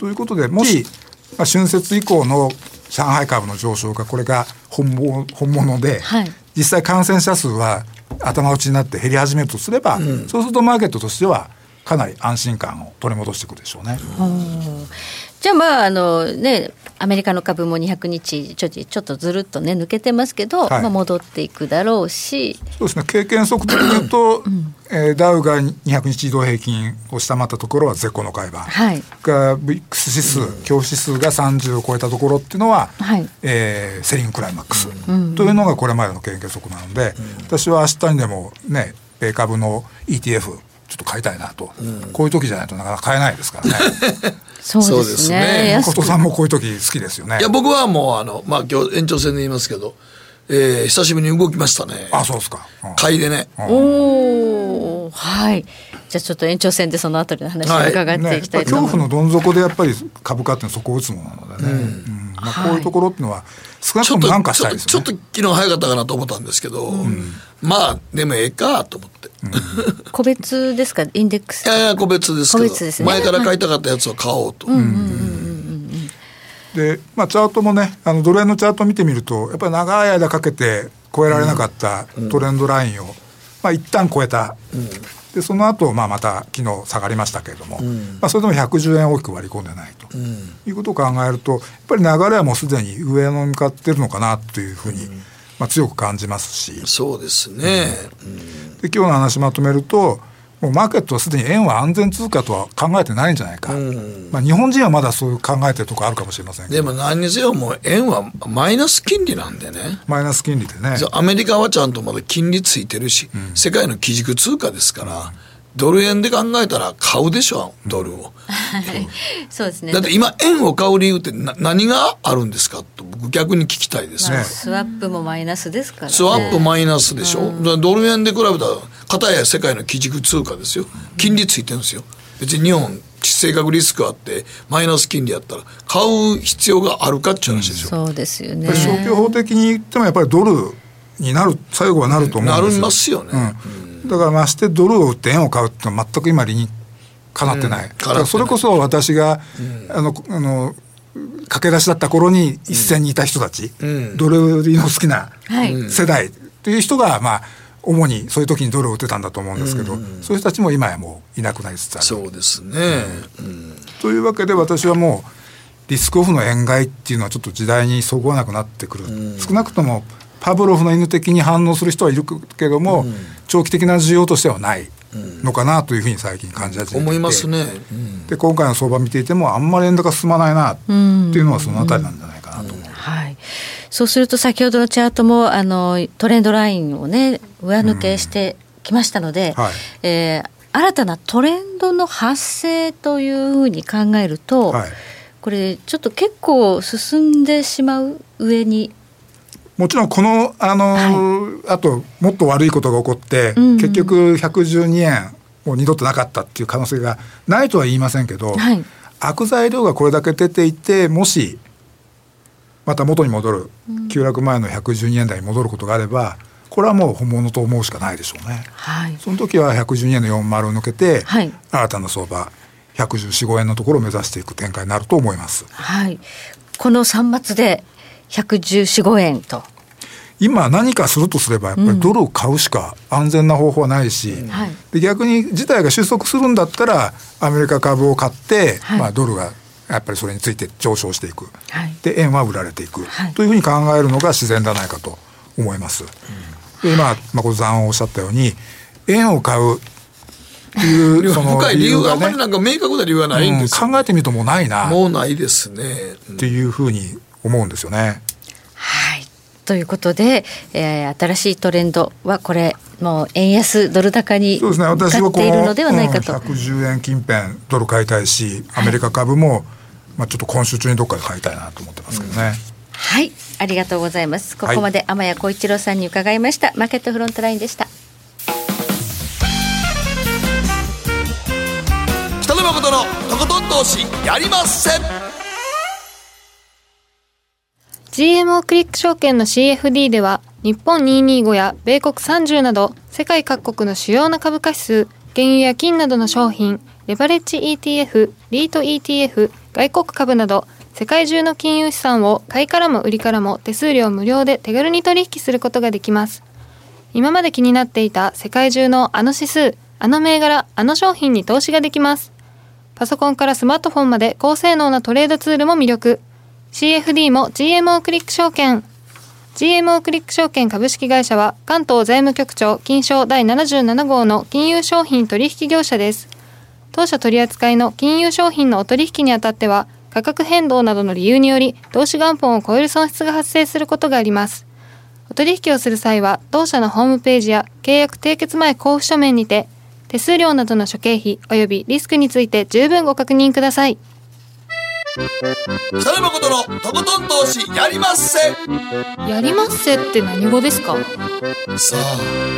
Speaker 4: ということでもし、まあ、春節以降の上海株の上昇がこれが本物、本物で、はい、実際感染者数は頭打ちになって減り始めるとすれば、うん、そうするとマーケットとしてはかなり安心感を取り戻していくでしょうね。
Speaker 3: じゃあまああのねアメリカの株もにひゃくにちちょちょっとずるっとね抜けてますけど、はい、まあ、戻っていくだろうし、
Speaker 4: そうですね、経験則的に言うと、うんえー、ダウがにひゃくにち移動平均を下回ったところは絶好の買い場、はい、が ブイエックス 指数、うん、恐怖指数がさんじゅうを超えたところっていうのは、はいえー、セリングクライマックス、うん、というのがこれまでの経験則なので、うん、私は明日にでもね米株の イーティーエフ ちょっと買いたいなと、うん、こういう時じゃないとなかなか買えないですからね
Speaker 3: そうですね。
Speaker 4: 誠さんもこういう時好きですよね。
Speaker 2: いや僕はもうあの、まあ、今日延長戦で言いますけど、えー、久しぶりに動きましたね。
Speaker 4: あ、そうですか、
Speaker 2: うん、買いでね、うん、
Speaker 3: おはい。じゃあちょっと延長戦でそのあたりの話を伺っていきたいと思います、
Speaker 4: はいね、恐怖のどん底でやっぱり株価ってそこを打つものなのでね、うんうんまあ、こういうところっていうのは少なくとも何かしたいですよね。
Speaker 2: ちょっと、ちょっと昨日早かったかなと思ったんですけど、うん、まあでもええかと思って、うん、
Speaker 3: 個別ですかインデックス。
Speaker 2: いやいや個別ですけど、個別ですね、前から買いたかったやつを買おうと、うんうんうん、
Speaker 4: で、まあ、チャートもねあのドル円のチャートを見てみるとやっぱり長い間かけて超えられなかったトレンドラインを、まあ、一旦超えた、うん、でその後、まあまた昨日下がりましたけれども、うんまあ、それでもひゃくじゅうえん大きく割り込んでないと、うん、いうことを考えるとやっぱり流れはもうすでに上の向かってるのかなというふうに、うんまあ、強く感じますし。
Speaker 2: そうですね、
Speaker 4: うん、で今日の話まとめるともうマーケットはすでに円は安全通貨とは考えてないんじゃないか、うんまあ、日本人はまだそういう考えてるところあるかもしれませんけど、
Speaker 2: でも何にせよもう円はマイナス金利なんでね。
Speaker 4: マイナス金利でね、
Speaker 2: アメリカはちゃんとまだ金利ついてるし、うん、世界の基軸通貨ですから、うん、ドル円で考えたら買うでしょドルを、うん、
Speaker 3: そうですね。
Speaker 2: だって今円を買う理由ってな何があるんですかと僕逆に聞きたいですね、まあ、
Speaker 3: スワップもマイナスですからね。
Speaker 2: スワップマイナスでしょ、うん、ドル円で比べたら片や世界の基軸通貨ですよ。金利ついてるんですよ。別に日本地政学リスクあってマイナス金利やったら買う必要があるかっていう話ですよ、
Speaker 3: うん、そうですよね。
Speaker 4: 消去法的に言ってもやっぱりドルになる最後はなると思うんですよ。
Speaker 2: なりますよね、
Speaker 4: うん、だからましてドルを売って円を買うってのは全く今理にかなってない、うん、だからそれこそ私が、うん、あのあの駆け出しだった頃に一線にいた人たち、うん、ドル売りの好きな世代っていう人がまあ主にそういう時にドルを売ってたんだと思うんですけど、うんうん、そういう人たちも今やもういなくなりつつある。
Speaker 2: そうですね、
Speaker 4: うんうん、というわけで私はもうリスクオフの円買いっていうのはちょっと時代にそぐわなくなってくる、うん、少なくともパブロフの犬的に反応する人はいるけども、うん、長期的な需要としてはないのかなというふうに最近感じ始めていて、
Speaker 2: 思いますね、うん、
Speaker 4: で今回の相場見ていてもあんまり円高進まないなっていうのはそのあたりなんじゃないかなと思う、うんうん
Speaker 3: はい、そうすると先ほどのチャートもあのトレンドラインをね上抜けしてきましたので、うんはいえー、新たなトレンドの発生というふうに考えると、はい、これちょっと結構進んでしまう上に
Speaker 4: もちろんこの、あのーはい、あともっと悪いことが起こって、うんうん、結局ひゃくじゅうにえんもう二度となかったっていう可能性がないとは言いませんけど、はい、悪材料がこれだけ出ていてもしまた元に戻る、うん、急落前のひゃくじゅうにえん台に戻ることがあればこれはもう本物と思うしかないでしょうね、はい、その時はひゃくじゅうにえんのよんじゅうを抜けて、はい、新たな相場ひゃくじゅうよん、ごえんのところを目指していく展開になると思います、
Speaker 3: はい、このさん末でひゃくじゅうよん、ごえんと
Speaker 4: 今何かするとすればやっぱりドルを買うしか安全な方法はないし、うん、で逆に事態が収束するんだったらアメリカ株を買って、はいまあ、ドルがやっぱりそれについて上昇していく、はい、で円は売られていく、はい、というふうに考えるのが自然ではないかと思います、うん、で今誠さんおっしゃったように円を買うっていうその
Speaker 2: 深い理由が、ね、あんまりなんか明確な理由はないんですよ、
Speaker 4: うん、考えてみるともうないな
Speaker 2: もうないですね、
Speaker 4: うん、っていうふうに思うんですよね。
Speaker 3: はいということで、えー、新しいトレンドはこれもう円安ドル高に向かっているのではないかと。
Speaker 4: そうですね、私はこの、うん、ひゃくじゅうえん近辺ドル買いたいしアメリカ株も、はいまあ、ちょっと今週中にどっかで買いたいなと思ってますけどね、うん、
Speaker 3: はいありがとうございます。ここまで天谷浩一郎さんに伺いました、はい、マーケットフロントラインでした。
Speaker 2: 北野誠のとことん投資やりません。
Speaker 1: ジーエムオー クリック証券の シーエフディー では日本にひゃくにじゅうごや米国さんじゅうなど世界各国の主要な株価指数、原油や金などの商品、レバレッジ イーティーエフ、リート イーティーエフ、 外国株など世界中の金融資産を買いからも売りからも手数料無料で手軽に取引することができます。今まで気になっていた世界中のあの指数、あの銘柄、あの商品に投資ができます。パソコンからスマートフォンまで高性能なトレードツールも魅力。シーエフディー も ジーエムオー クリック証券。ジーエムオー クリック証券株式会社は関東財務局長金商だいななじゅうなな号の金融商品取引業者です。当社取扱いの金融商品のお取引にあたっては価格変動などの理由により投資元本を超える損失が発生することがあります。お取引をする際は当社のホームページや契約締結前交付書面にて手数料などの諸経費及びリスクについて十分ご確認ください。
Speaker 2: 北野誠のとことん投資やりまっせ。
Speaker 1: やりまっせって何語ですか？
Speaker 2: さあ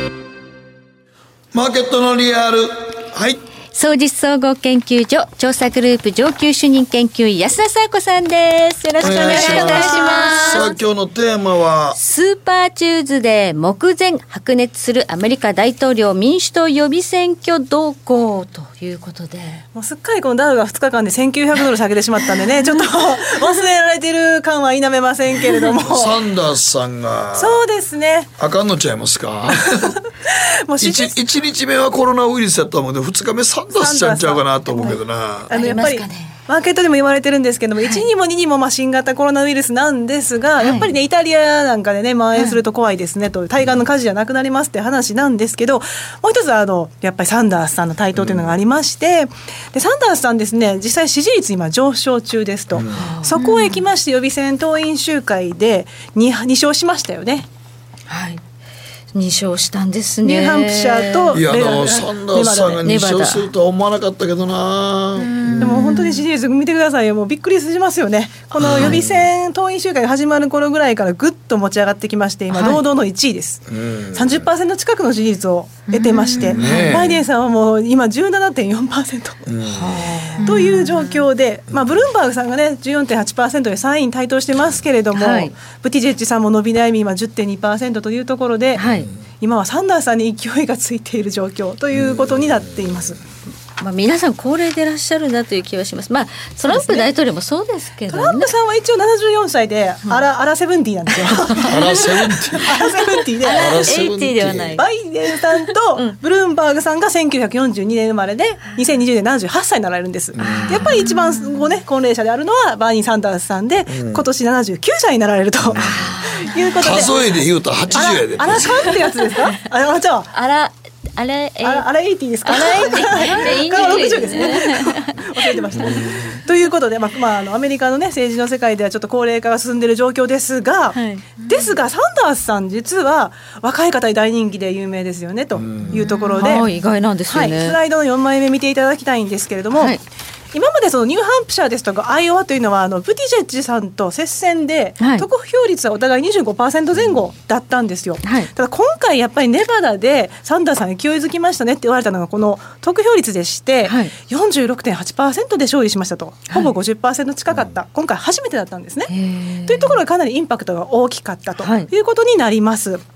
Speaker 2: マーケットのリアル、はい、
Speaker 3: 総実総合研究所調査グループ上級主任研究員安田沙子さんです。よろしくお願いいたします。
Speaker 2: さあ今日のテーマは
Speaker 3: スーパーチューズデー目前白熱するアメリカ大統領民主党予備選挙動向ということで、
Speaker 10: もうすっかりこのダウがふつかかんでせんきゅうひゃくドル下げてしまったんでねちょっと忘れられてる感は否めませんけれども
Speaker 2: サンダースさんが
Speaker 10: そうですね
Speaker 2: あかんのちゃいますか
Speaker 10: もう
Speaker 2: 1, いちにちめはコロナウイルスやったもんでふつかめサンダースちゃんちゃうかなと思うけどな。
Speaker 10: あのやっぱりマーケットでも言われてるんですけども、はい、いちにもににもまあ新型コロナウイルスなんですが、はい、やっぱりねイタリアなんかでね蔓延すると怖いですねと、はい、対岸の火事じゃなくなりますって話なんですけど、もう一つあのやっぱりサンダースさんの台頭というのがありまして、うん、でサンダースさんですね実際支持率今上昇中ですと、うん、そこへ来まして予備選党員集会で 2, に勝しましたよね。
Speaker 3: はい、に勝したんですね。
Speaker 10: ニューハンプシャーと
Speaker 2: いやでもサンダースさんがに勝するとは思わなかったけどな。
Speaker 10: でも本当に支持率見てくださいよ。もうびっくりしますよね。この予備選党員集会が始まる頃ぐらいからぐっと持ち上がってきまして今堂々のいちいです、はい、さんじゅっパーセント 近くの支持率を得てまして、ね、バイデンさんはもう今 じゅうななてんよんパーセント という状況で、まあ、ブルームバーグさんがね じゅうよんてんはちパーセント でさんいに台頭してますけれども、はい、ブティジェッジさんも伸び悩み今 じゅってんにパーセント というところで、はい、今はサンダースさんに勢いがついている状況ということになっています。
Speaker 3: まあ、皆さん高齢でいらっしゃるなという気はします。まあ、トランプ大統領もそうですけど、ね、
Speaker 10: トランプさんは一応ななじゅうよんさいで、うん、アラアラセブンティーなんですよ。
Speaker 2: アラセブンティー
Speaker 10: アラセブンティーで
Speaker 3: アラエイティーではない。
Speaker 10: バイデンさんとブルームバーグさんがせんきゅうひゃくよんじゅうにねん生まれでにせんにじゅうねんななじゅうはっさいになられるんです。やっぱり一番ご、ね、高齢者であるのはバーニー・サンダースさんで、うん、今年ななじゅうきゅうさいになられるということで、
Speaker 2: 数えで言うとはちじゅうやで。
Speaker 10: アラカンってやつですか？あらじゃあ
Speaker 3: アラあれえ
Speaker 10: あれエイティーですか？
Speaker 3: あれエイティー
Speaker 10: からろくじゅうですね。忘れてました。ということで、まあまあ、あのアメリカの、ね、政治の世界ではちょっと高齢化が進んでいる状況ですが、はい、ですがサンダースさん実は若い方に大人気で有名ですよねというところで、
Speaker 3: はい、意外なんですよね。
Speaker 10: はい、スライドのよんまいめ見ていただきたいんですけれども、はい、今までそのニューハンプシャーですとかアイオワというのはあのブティジェッジさんと接戦で、はい、得票率はお互い にじゅうごパーセント 前後だったんですよ、はい、ただ今回やっぱりネバダでサンダースさん勢いづきましたねって言われたのがこの得票率でして、はい、よんじゅうろくてんはちパーセント で勝利しましたと、ほぼ ごじゅっパーセント 近かった、はい、今回初めてだったんですね。というところがかなりインパクトが大きかったということになります、はい、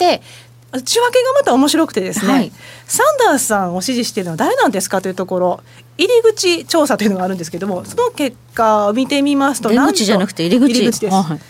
Speaker 10: で内訳がまた面白くてですね、はい、サンダースさんを支持しているのは誰なんですかというところ入り口調査というのがあるんですけども、その結果を見てみますと、
Speaker 3: 出口じゃなくて入り口、
Speaker 10: 入り口です、はい、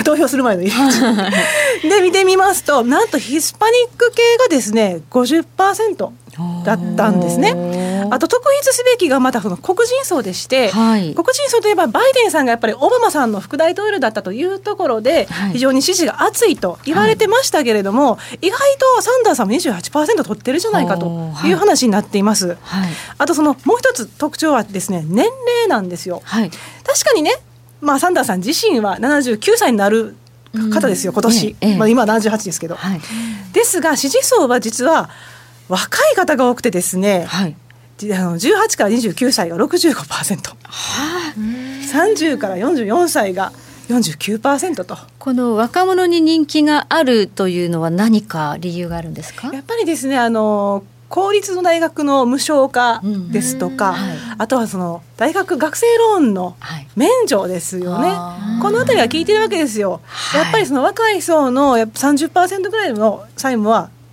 Speaker 10: 投票する前の入り口で見てみますと、なんとヒスパニック系がですね ごじゅっパーセント だったんですね。あと特筆すべきがまたその黒人層でして、はい、黒人層といえばバイデンさんがやっぱりオバマさんの副大統領だったというところで、はい、非常に支持が厚いと言われてましたけれども、はい、意外とサンダースさんも にじゅうはちパーセント 取ってるじゃないかという話になっています、はい、あとそのもう一つ特徴はですね年齢なんですよ、はい、確かにね、まあ、サンダースさん自身はななじゅうきゅうさいになる方ですよ今年、ええまあ、今はななじゅうはちですけど、はい、ですが支持層は実は若い方が多くてですね、はい、あのじゅうはちからにじゅうきゅうさいが ろくじゅうごパーセント、はあ、さんじゅうからよんじゅうよんさいが よんじゅうきゅうパーセント と。
Speaker 3: この若者に人気があるというのは何か理由があるんですか？
Speaker 10: やっぱりですね、あの公立の大学の無償化ですとか、うんはい、あとはその大学学生ローンの免除ですよね、はい、このあたりが効いてるわけですよ、はい、やっぱりその若い層のやっぱ さんじゅっパーセント ぐらいの債務は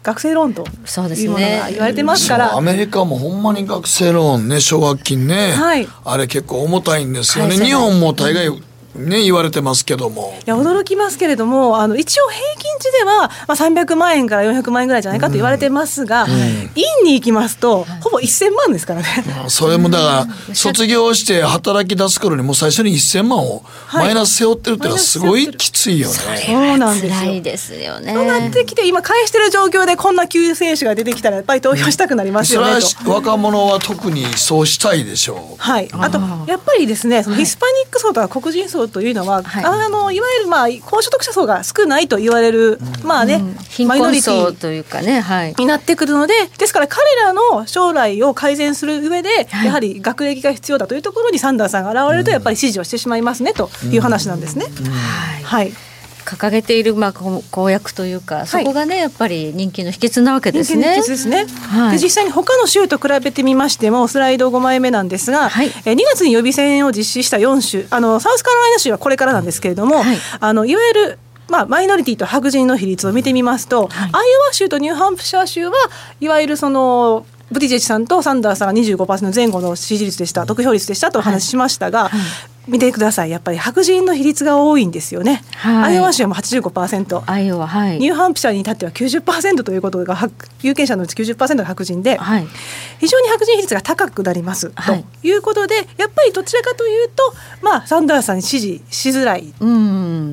Speaker 10: 学生ローンというものが言われてますから、
Speaker 2: アメリカもほんまに学生ローンね、奨学金ね、はい、あれ結構重たいんですよね。日本も大概ね、言われてますけども、
Speaker 10: いや驚きますけれども、あの一応平均値では、まあ、さんびゃくまんえんからよんひゃくまんえんぐらいじゃないかと言われてますが、うんうん、院に行きますとほぼせんまんですからね。
Speaker 2: それもだから卒業して働き出す頃にもう最初にせんまんをマイナス背負ってるってのはすごいきついよね。
Speaker 3: そうなんですよ。辛いですよね。
Speaker 10: となってきて今返してる状況でこんな救世主が出てきたらやっぱり投票したくなりますよね、うん、
Speaker 2: それは若者は特にそうしたいでしょう。
Speaker 10: はい、あとやっぱりですね、そのヒスパニック層とか黒人層というのは、はい、あのいわゆるまあ高所得者層が少ないと言われる、うん、まあね、うん、
Speaker 3: 貧困層というかね、はい、
Speaker 10: になってくるので、ですから彼らの将来を改善する上で、はい、やはり学歴が必要だというところにサンダーさんが現れるとやっぱり支持をしてしまいますねという話なんですね、うんうん、はい、はい、
Speaker 3: 掲げているまあ公約というか、そこがね、はい、やっぱり人気の秘訣なわけですね。
Speaker 10: 人気の秘訣ですね、はい、で実際に他の州と比べてみましてもスライドごまいめなんですが、はい、えにがつに予備選を実施したよん州、あのサウスカロライナ州はこれからなんですけれども、はい、あのいわゆるまあ、マイノリティと白人の比率を見てみますと、はい、アイオワ州とニューハンプシャー州はいわゆるそのブティジェッジさんとサンダースさんが にじゅうごパーセント 前後の支持率でした、得票率でしたとお話ししましたが、はいはい、見てください、やっぱり白人の比率が多いんですよね、はい、アイオワ州も はちじゅうごパーセント、
Speaker 3: アイオワ、はい、
Speaker 10: ニューハンプシャーに至っては きゅうじゅっパーセント ということが有権者のうち きゅうじゅっパーセント が白人で、はい、非常に白人比率が高くなります、はい、ということでやっぱりどちらかというと、まあ、サンダースさんに支持しづらい、うん、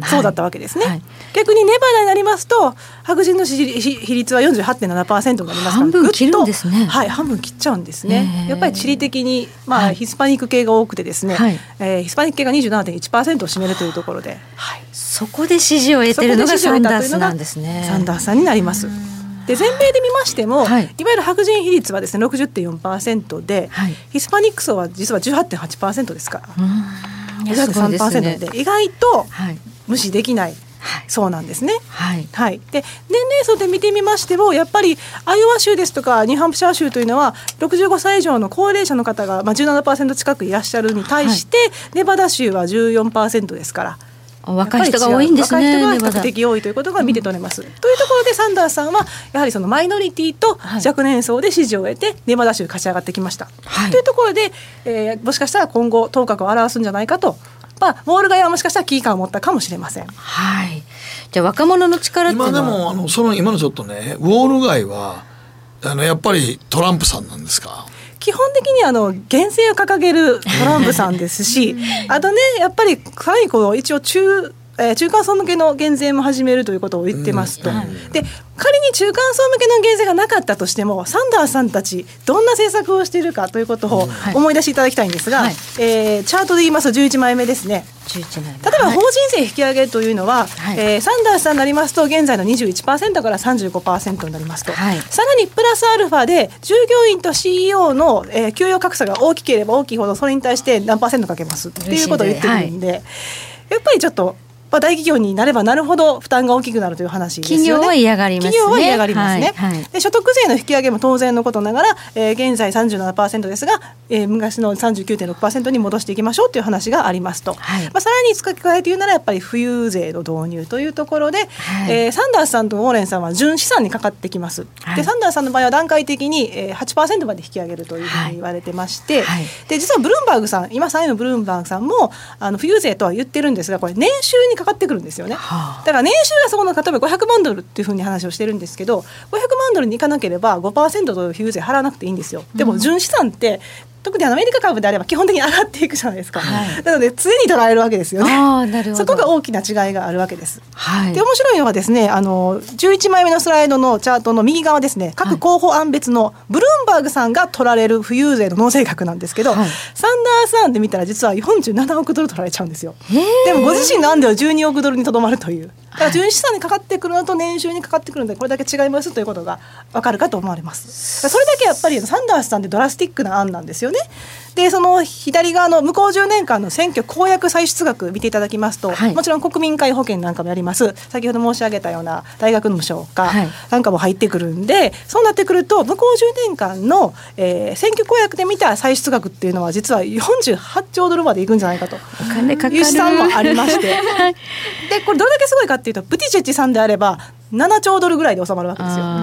Speaker 10: そうだったわけですね、はい、逆にネバダになりますと白人の支持比率は よんじゅうはちてんななパーセント になりますから、
Speaker 3: 半分切るんですね、
Speaker 10: はい、半分切っちゃうんですね。やっぱり地理的に、まあはい、ヒスパニック系が多くてですね、はい、えー、ヒスパニック系が にじゅうななてんいちパーセント を占めるというところで、はい、
Speaker 3: そこで支持を得ているのがサンダースなんですね。
Speaker 10: サンダースさんになります。で全米で見ましても、はい、いわゆる白人比率はですね ろくじゅってんよんパーセント で、はい、ヒスパニック層は実は じゅうはちてんはちパーセント ですから、うん、じゅうはちてんさんパーセント で意外と無視できない、はい、そうなんですね、はいはい、で年齢層で見てみましてもやっぱりアイオワ州ですとかニューハンプシャー州というのはろくじゅうごさい以上の高齢者の方が、まあ、じゅうななパーセント 近くいらっしゃるに対して、はい、ネバダ州は じゅうよんパーセント ですから、
Speaker 3: 若い人が多いんですね。
Speaker 10: 若い人が比較的多いということが見て取れます、うん、というところでサンダースさんはやはりそのマイノリティと若年層で支持を得てネバダ州勝ち上がってきました、はい、というところで、えー、もしかしたら今後頭角を現すんじゃないかと、まあ、ウォール街はもしかしたら危機感を持ったかもしれません。
Speaker 3: はい、じゃあ若者の力っていうのは
Speaker 2: 今でもあのその今のちょっとねウォール街はあのやっぱりトランプさんなんですか？
Speaker 10: 基本的にあの厳正を掲げるトランプさんですしあとねやっぱりさらにこう一応中えー、中間層向けの減税も始めるということを言ってますと、うん、で仮に中間層向けの減税がなかったとしてもサンダースさんたちどんな政策をしているかということを思い出していただきたいんですが、はい、えー、チャートで言いますとじゅういちまいめですね。例えば法人税引き上げというのは、はい、えー、サンダースさんになりますと現在の にじゅういちパーセント から さんじゅうごパーセント になりますと、はい、さらにプラスアルファで従業員と シーイーオー の、えー、給与格差が大きければ大きいほどそれに対して何パーセントかけますっていうことを言ってるんで、はい、やっぱりちょっとまあ、大企業になればなるほど負担が大きくなるという話ですよね。
Speaker 3: 企業は嫌がりますね。
Speaker 10: 企業は嫌がりますね、はいはい、で所得税の引き上げも当然のことながら、えー、現在 さんじゅうななパーセント ですが、えー、昔の さんじゅうきゅうてんろくパーセント に戻していきましょうという話がありますと、はい、まあ、さらに付け加えて言うならやっぱり富裕税の導入というところで、はい、えー、サンダースさんとウォーレンさんは純資産にかかってきます、はい、でサンダースさんの場合は段階的に、えー、はちパーセント まで引き上げるというふうに言われてまして、はいはい、で実はブルームバーグさん今さんいのブルームバーグさんもあの富裕税とは言ってるんですがこれ年収にかかってくるんですよね。だから年収がそこの例えばごひゃくまんドルっていうふうに話をしてるんですけどごひゃくまんドルにいかなければ ごパーセント という富裕税払わなくていいんですよ。でも純資産って特にアメリカ株であれば基本的に上がっていくじゃないですか、はい、なので常に捉えるわけですよね。あ、なるほど。そこが大きな違いがあるわけです、はい、で面白いのはですねあのじゅういちまいめのスライドのチャートの右側ですね各候補案別のブルームバーグさんが取られる富裕税の納税額なんですけど、はい、サンダース案で見たら実はよんじゅうななおくドル取られちゃうんですよ。でもご自身の案ではじゅうにおくドルにとどまるというだから純資産にかかってくるのと年収にかかってくるのでこれだけ違いますということが分かるかと思われます。それだけやっぱりサンダースさんってドラスティックな案なんですよね。でその左側の向こうじゅうねんかんの選挙公約歳出額見ていただきますと、はい、もちろん国民皆保険なんかもやります先ほど申し上げたような大学の無償化なんかも入ってくるんで、はい、そうなってくると向こうじゅうねんかんの、えー、選挙公約で見た歳出額っていうのは実はよんじゅうはちちょうドルまでいくんじゃないかという試算もありましてでこれどれだけすごいかっていうとブティジェッジさんであればななちょうドルぐらいで収まるわけですよ。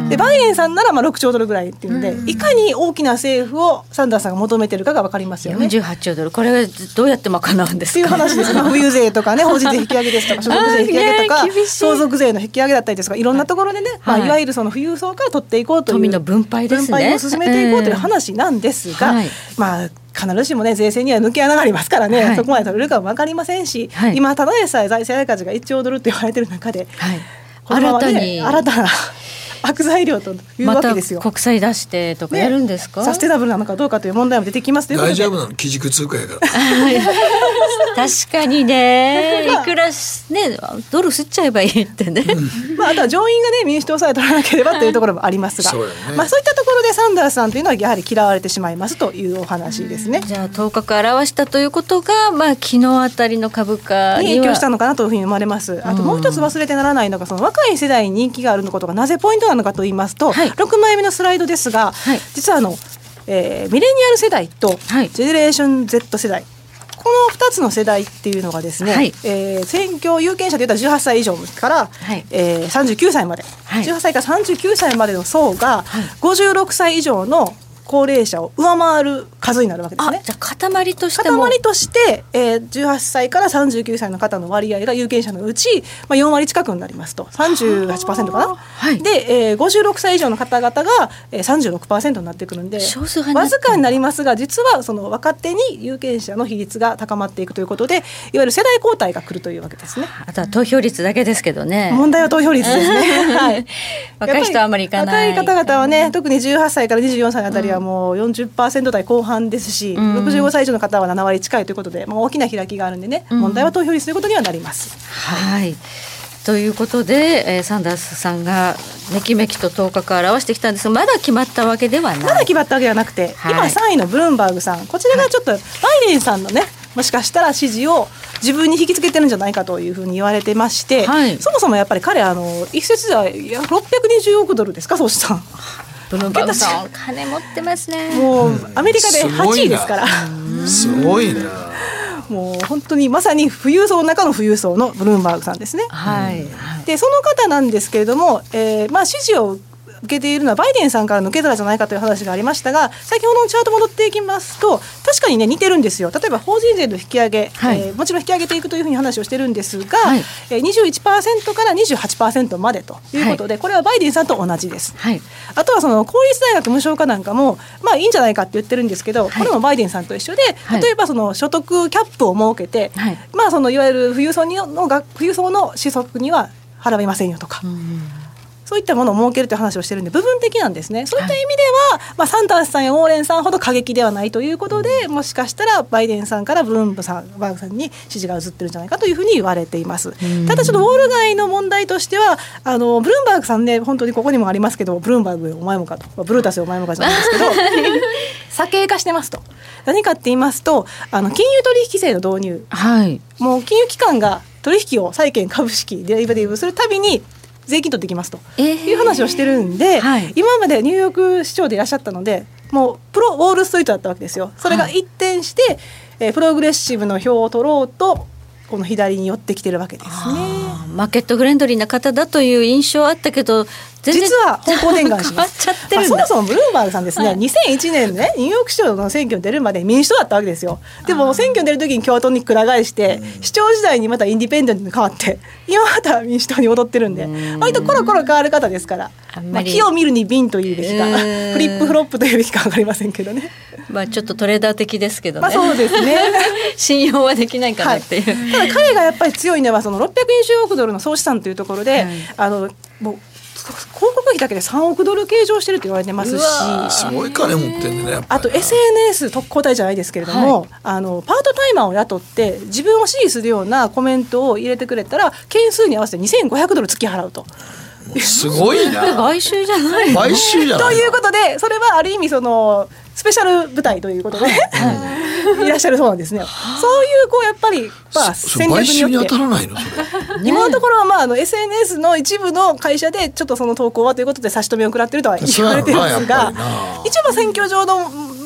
Speaker 10: でバイデンさんならまあろくちょうドルぐらいっていうので、いかに大きな政府をサンダースさんが求めてるかが分かりますよね。
Speaker 3: よんじゅうはちちょうドル、これはどうやって賄うんですかって
Speaker 10: いう話ですね。富裕税とかね、法人税引き上げですとか所得税引き上げとか相続税の引き上げだったりですとか、いろんなところでね、まあ、いわゆるその富裕層から取っていこうという
Speaker 3: 富の分配ですね、
Speaker 10: 分配を進めていこうという話なんですが、はい、まあ必ずしもね税制には抜け穴がありますからね、はい、そこまで取れるかは分かりませんし、はい、今ただでさえ財政赤字がいっちょうドルって言われてる中で、はい、このままね、新たに新たな悪材料というわけですよ。
Speaker 3: また国債出してとかやるんですか、
Speaker 10: ね、サステナブルなのかどうかという問題も出てきますということで。
Speaker 2: 大丈夫なの、基軸通貨やから
Speaker 3: 確かにね、いくらねドル吸っちゃえばいいってね、
Speaker 10: うん、まあ、あとは上院がね民主党さえ取らなければというところもありますが、そうよね、まあ、そういったところでサンダースさんというのはやはり嫌われてしまいますというお話ですね。
Speaker 3: じゃあ頭角を現したということが、まあ、昨日あたりの株価には
Speaker 10: 影響したのかなというふうに思われます。あともう一つ忘れてならないのが、その若い世代に人気があることがなぜポイントなのかと言いますと、はい、ろくまいめのスライドですが、はい、実はあの、えー、ミレニアル世代とジェネレーション Z 世代、このふたつの世代っていうのがですね、はい、えー、選挙有権者でいうとじゅうはっさい以上から、はい、えー、さんじゅうきゅうさいまで、はい、じゅうはっさいからさんじゅうきゅうさいまでの層が、はい、ごじゅうろくさい以上の高齢者を上回る数になるわけですね。
Speaker 3: あ、じゃあ塊としても
Speaker 10: 塊として、えー、じゅうはっさいからさんじゅうきゅうさいの方の割合が有権者のうち、まあ、よんわり近くになりますと さんじゅうはちパーセント かな、はい、で、えー、ごじゅうろくさい以上の方々が、えー、さんじゅうろくパーセント になってくるんで、わずかになりますが、実はその若手に有権者の比率が高まっていくということで、いわゆる世代交代が来るというわけですね。
Speaker 3: あとは投票率だけですけどね、
Speaker 10: 問題は投票率ですね、はい、
Speaker 3: 若い人はあまりいかない、
Speaker 10: 若い方々はね、特にじゅうはっさいからにじゅうよんさいあたりはもう よんじゅっパーセント 台後半ですし、うん、ろくじゅうごさい以上の方はななわり近いということで、まあ、大きな開きがあるんでね、うん、問題は投票率ということにはなります、
Speaker 3: はい、ということで、えー、サンダースさんがめきめきと頭角を現してきたんですが、まだ決まったわけではない。
Speaker 10: まだ決まったわけではなくて、はい、今さんいのブルームバーグさん、こちらがちょっとバイデンさんのね、もしかしたら支持を自分に引きつけてるんじゃないかというふうに言われてまして、はい、そもそもやっぱり彼あの一説ではろっぴゃくにじゅうおくドルですか、そうしたん
Speaker 3: ブルームバーグさん金持ってますね。
Speaker 10: もうアメリカではちいですから、
Speaker 2: すごいな、
Speaker 10: もう本当にまさに富裕層の中の富裕層のブルームバーグさんですね、
Speaker 3: はい、
Speaker 10: でその方なんですけれども、えーまあ、支持を受けているのはバイデンさんから抜けたらじゃないかという話がありましたが、先ほどのチャート戻っていきますと確かにね似てるんですよ。例えば法人税の引き上げ、はい、えー、もちろん引き上げていくというふうに話をしてるんですが、はい、えー、にじゅういちパーセント から にじゅうはちパーセント までということで、はい、これはバイデンさんと同じです、はい、あとはその公立大学無償化なんかもまあいいんじゃないかって言ってるんですけど、はい、これもバイデンさんと一緒で、例えばその所得キャップを設けて、はい、まあそのいわゆる富裕層の富裕層の私息には払いませんよとか、うん、そういったものを設けるという話をしてるんで部分的なんですね。そういった意味では、はい、まあ、サンダースさんやウォーレンさんほど過激ではないということで、もしかしたらバイデンさんからブルームバーグさんに支持が移ってるんじゃないかというふうに言われています。ただちょっとウォール街の問題としてはあのブルームバーグさんね、本当にここにもありますけど、ブルームバーグお前もかと、ブルータスお前もかじゃないですけど左傾化してますと。何かって言いますと、あの金融取引税の導入、はい、もう金融機関が取引を債券株式デリバティブするたびに税金取ってきますという話をしてるんで、えーはい、今までニューヨーク市長でいらっしゃったので、もうプロウォールストリートだったわけですよ。それが一転して、はい、えー、プログレッシブの票を取ろうとこの左に寄ってきてるわけですね。
Speaker 3: マーケットフレンドリーな方だという印象あったけど、全然
Speaker 10: 実は方向転換します。
Speaker 3: 変わっちゃってるんだ。
Speaker 10: まあ、そもそもブルームバーグさんですね、はい、にせんいちねんねニューヨーク市長の選挙に出るまで民主党だったわけですよ。でも選挙に出る時に共和党にくら替えして、うん、市長時代にまたインディペンデントに変わって今また民主党に戻ってるんで、ん割とコロコロ変わる方ですから、まあ、木を見るに瓶というべきかフリップフロップというべきか分かりませんけどね。
Speaker 3: まあ、ちょっとトレーダー的ですけどね、まあ、
Speaker 10: そうですね
Speaker 3: 信用はできないかなっていう、
Speaker 10: はい、ただ彼がやっぱり強いのはそのろっぴゃくにじゅうおくドルの総資産というところで、はい、あのもう広告費だけでさんおくドル計上してると言われてますし、
Speaker 2: すごい金持ってんね、やっぱり。
Speaker 10: あと エスエヌエス 特攻隊じゃないですけれども、はい、あのパートタイマーを雇って自分を支持するようなコメントを入れてくれたら件数に合わせてにせんごひゃくドル月払うと。
Speaker 2: すごいな。
Speaker 3: 買収じゃない
Speaker 2: 買収じゃない
Speaker 10: ということで、それはある意味そのスペシャル部隊ということで、はい、いらっしゃるそうなんですね。そういうこうやっぱり、まあ、戦略によって買収に当たらないのそれ今のところは、まあ、あの エスエヌエス の一部の会社でちょっとその投稿はということで差し止めを食らっているとは言われていますが、一応選挙上の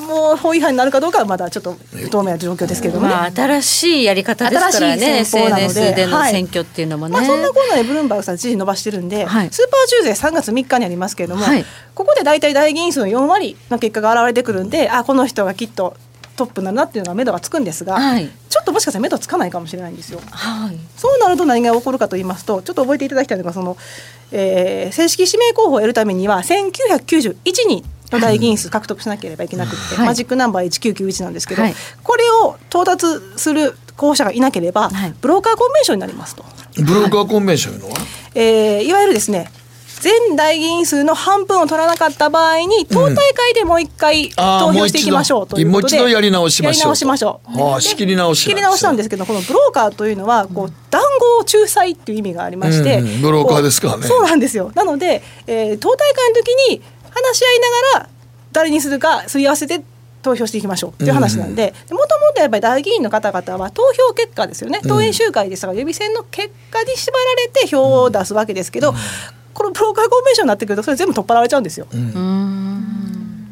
Speaker 10: もう法違反になるかどうかはまだちょっと不透明な状況ですけどね、
Speaker 3: まあ、新しいやり方ですからね エスエヌエス での選挙っていうのもね、
Speaker 10: はい、まあ、そんなコーナーでブルームバーグさん支持伸ばしてるんで、はい、スーパーチューズデーさんがつみっかにありますけれども、はい、ここで大体代議員数のよんわりの結果が現れてくるんで、あ、この人がきっとトップになるなっていうのが目処がつくんですが、はい、ちょっともしかしたら目処つかないかもしれないんですよ、はい、そうなると何が起こるかと言いますと、ちょっと覚えていただきたいのがその、えー、正式指名候補を得るためにはせんきゅうひゃくきゅうじゅういちにんの代議員数獲得しなければいけなくて、はい、マジックナンバーいちきゅうきゅういちなんですけど、はい、これを到達する候補者がいなければ、はい、ブローカーコンベンションになりますと。
Speaker 2: ブローカーコンベンションというのは、
Speaker 10: えー、いわゆるですね、全代議員数の半分を取らなかった場合に党大会でもう一回投票していきましょうということで、
Speaker 2: もう一度やり直しましょう
Speaker 10: やり直しましょう、
Speaker 2: はあ、仕切り直し
Speaker 10: 仕切り直しなんですけど、このブローカーというのはこう談合仲裁っていう意味がありまして、
Speaker 2: うん、ブローカーですからね。
Speaker 10: そうなんですよ。なので、えー、党大会の時に話し合いながら誰にするかすり合わせて投票していきましょうっていう話なんで、もともとやっぱり代議員の方々は投票結果ですよね、党員集会でしたが予備選の結果に縛られて票を出すわけですけど、うん、このブローカーコンベンションになってくるとそれ全部取っ払われちゃうんですよ、うん、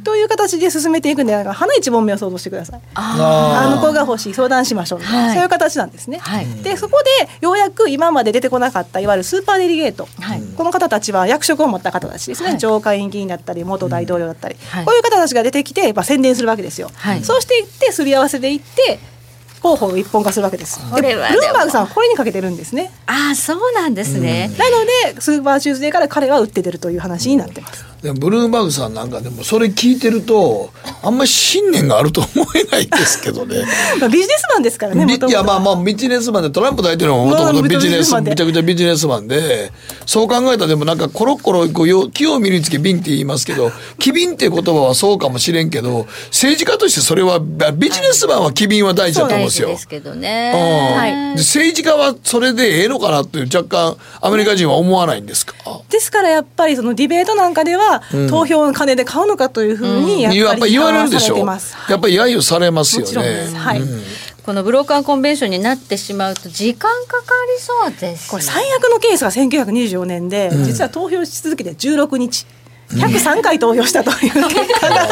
Speaker 10: という形で進めていくんで、なんか花一本目を想像してください。ああ、向こうが欲しい相談しましょう、はい、そういう形なんですね、はい、でそこでようやく今まで出てこなかったいわゆるスーパーデリゲート、はい、この方たちは役職を持った方たちですね、はい、上下院議員だったり元大統領だったり、はい、こういう方たちが出てきてやっぱ宣伝するわけですよ、はい、そうしていってすり合わせていって候補を一本化するわけです。でブルームバーグさんはこれにかけてるんですね。
Speaker 3: ああ、そうなんですね、
Speaker 10: うん、なのでスーパーチューズデーから彼は打って出るという話になってます。
Speaker 2: でブルームバーグさんなんかでもそれ聞いてるとあんまり信念があると思えないですけどね
Speaker 10: まあビジネスマンですからね。
Speaker 2: いや、まあまあビジネスマンでトランプ大統領ももともとビジネスめちゃくちゃビジネスマンで、そう考えたらでもなんかコロッコロこう気を身につけ瓶って言いますけど、機敏っていう言葉はそうかもしれんけど、政治家としてそれはビジネスマンは機敏は大事だと思うんですよ。
Speaker 3: 大事ですけどね、うん、
Speaker 2: はい、で政治家はそれでええのかなっていう若干アメリカ人は思わないんですか。
Speaker 10: ですからやっぱりそのディベートなんかでは、うん、投票の金で買うのかというふうにやっぱり
Speaker 2: 言われるでしょ。やっぱり揶揄されますよね。もちろんです、はい、うん、
Speaker 3: このブローカーコンベンションになってしまうと時間かかりそうです、ね、
Speaker 10: これ最悪のケースがせんきゅうひゃくにじゅうよねんで、うん、実は投票し続けてじゅうろくにちひゃくさんかい投票したという結果が、さすがにそんな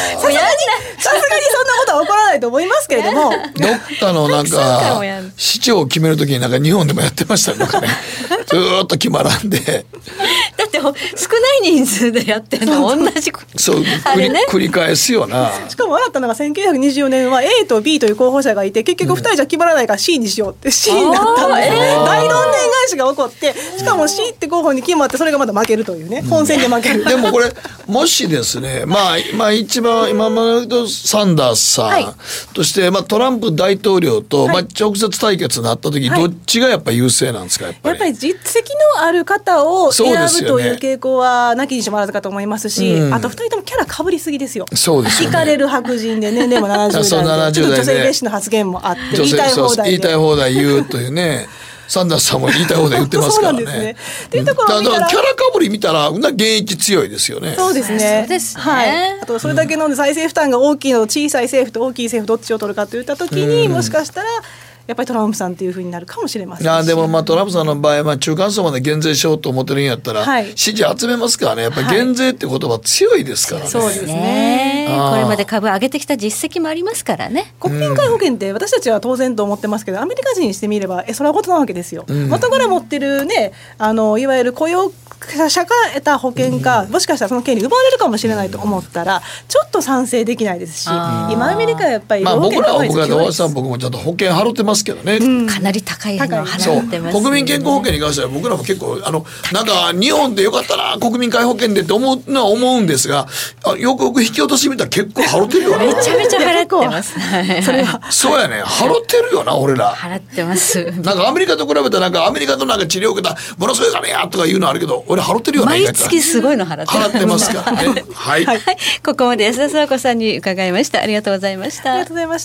Speaker 10: ことは起こらないと思いますけれども、どっ
Speaker 2: かのなんか市長を決めるときになんか日本でもやってましたねずーっと決まらんで
Speaker 3: だって少ない人数でやってるの同じ
Speaker 2: そう繰り、ね、繰り返すよな。
Speaker 10: しかも笑ったのがせんきゅうひゃくにじゅうよねんは A と B という候補者がいて、結局ふたりじゃ決まらないから C にしようって C になったんですよ、えー、大どんでん返しが起こって、しかも C って候補に決まってそれがまた負けるというね、本選で負ける、
Speaker 2: でもこれもしですね、まあ、まあ一番今までのサンダースさん、はい、として、まあ、トランプ大統領と、はい、まあ、直接対決になった時、はい、どっちがやっぱ優勢なんですか。やっぱり
Speaker 10: やっぱり実績のある方を選ぶという傾向はなきにしもあらずかと思いますし、うん、あとふたりともキャラかぶりすぎですよ。
Speaker 2: そうですよね。
Speaker 10: 惹かれる白人で年齢もななじゅう代で
Speaker 2: ななじゅう代で
Speaker 10: ちょっと女性蔑視の発言もあって言いたい放題で
Speaker 2: 言いたい放題言うというねサンダースさんも言いたい放題言ってますからね。そうなんですね。っていうところを見たらキャラかぶり見たら現役強いですよね。
Speaker 10: そうですね。
Speaker 3: そうですね。
Speaker 10: はい。あとそれだけの財政負担が大きいの小さい政府と大きい政府どっちを取るかといった時に、もしかしたらやっぱりトランプさんっていう風になるかもしれませんし。いや
Speaker 2: でもまあトランプさんの場合、まあ、中間層まで減税しようと思ってるんやったら、はい、支持集めますからね。やっぱり減税って言葉強いですからね。
Speaker 10: そうですね。
Speaker 3: これまで株上げてきた実績もありますからね。
Speaker 10: 国民皆保険って私たちは当然と思ってますけど、アメリカ人にしてみればえそれはことなわけですよ、うん、元から持ってるね、あのいわゆる雇用社会得た保険か、もしかしたらその権利奪われるかもしれないと思ったらちょっと賛成できないですし、今アメリカはやっぱり、
Speaker 2: まあ、僕らは僕らで大橋さん僕もちゃんと保険払ってますけどね、うん、
Speaker 3: かなり高いの払ってます、ね、
Speaker 2: 国民健康保険に関しては僕らも結構あのなんか日本でよかったな国民皆保険でって思うのは思うんですが、あよくよく引き落とし見たら結構払ってるよな。
Speaker 3: めちゃめちゃ払ってます
Speaker 10: それは
Speaker 2: そうやね、払ってるよな俺ら。
Speaker 3: 払ってます。
Speaker 2: なんかアメリカと比べたらなんかアメリカのなんか治療受けたものすごい金やとか言うのあるけど、俺払ってるよな。
Speaker 3: 毎月すごいの払ってます。
Speaker 2: 払ってますからねはい、はい、
Speaker 3: ここまで安田佐和子さんに伺いました。ありがとうございました。
Speaker 10: ありがとうございました。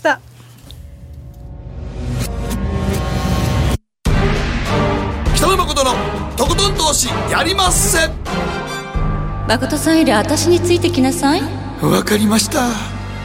Speaker 2: 北野誠のとことん投資やりまっせ。
Speaker 3: 誠さんより私についてきなさい。
Speaker 2: わかりました。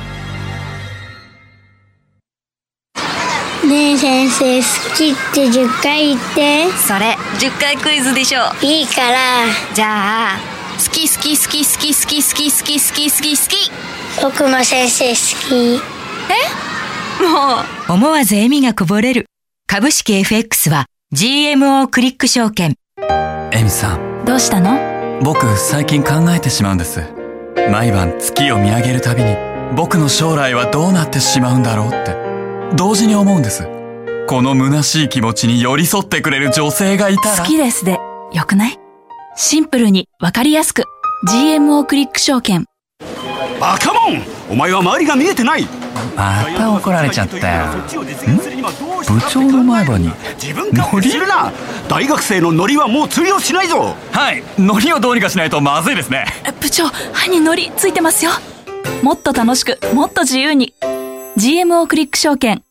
Speaker 9: ねえ先生、好きってじゅっかい言って。
Speaker 5: それじゅっかいクイズでしょ。
Speaker 9: いいから。
Speaker 5: じゃあ好き好き好き好き好き好き好き好き好き好き
Speaker 9: 僕も先生好き。
Speaker 8: え？もう思わず笑みがこぼれる。株式 エフエックス は ジーエムオー クリック証券。
Speaker 7: エミさん、
Speaker 8: どうしたの？
Speaker 7: 僕最近考えてしまうんです。毎晩月を見上げるたびに僕の将来はどうなってしまうんだろうって同時に思うんです。この虚しい気持ちに寄り添ってくれる女性がいたら。
Speaker 8: 好きですでよくない？シンプルにわかりやすく ジーエムオー クリック証券。
Speaker 6: バカモン、お前は周りが見えてない。
Speaker 7: また怒られちゃったよ。ん？部長の前歯にノリ？
Speaker 6: 大学生のノリはもう通用しないぞ。
Speaker 7: はい、ノリをどうにかしないとまずいですね。
Speaker 8: 部長、歯にノリついてますよ。もっと楽しく、もっと自由に ジーエムオー クリック証券。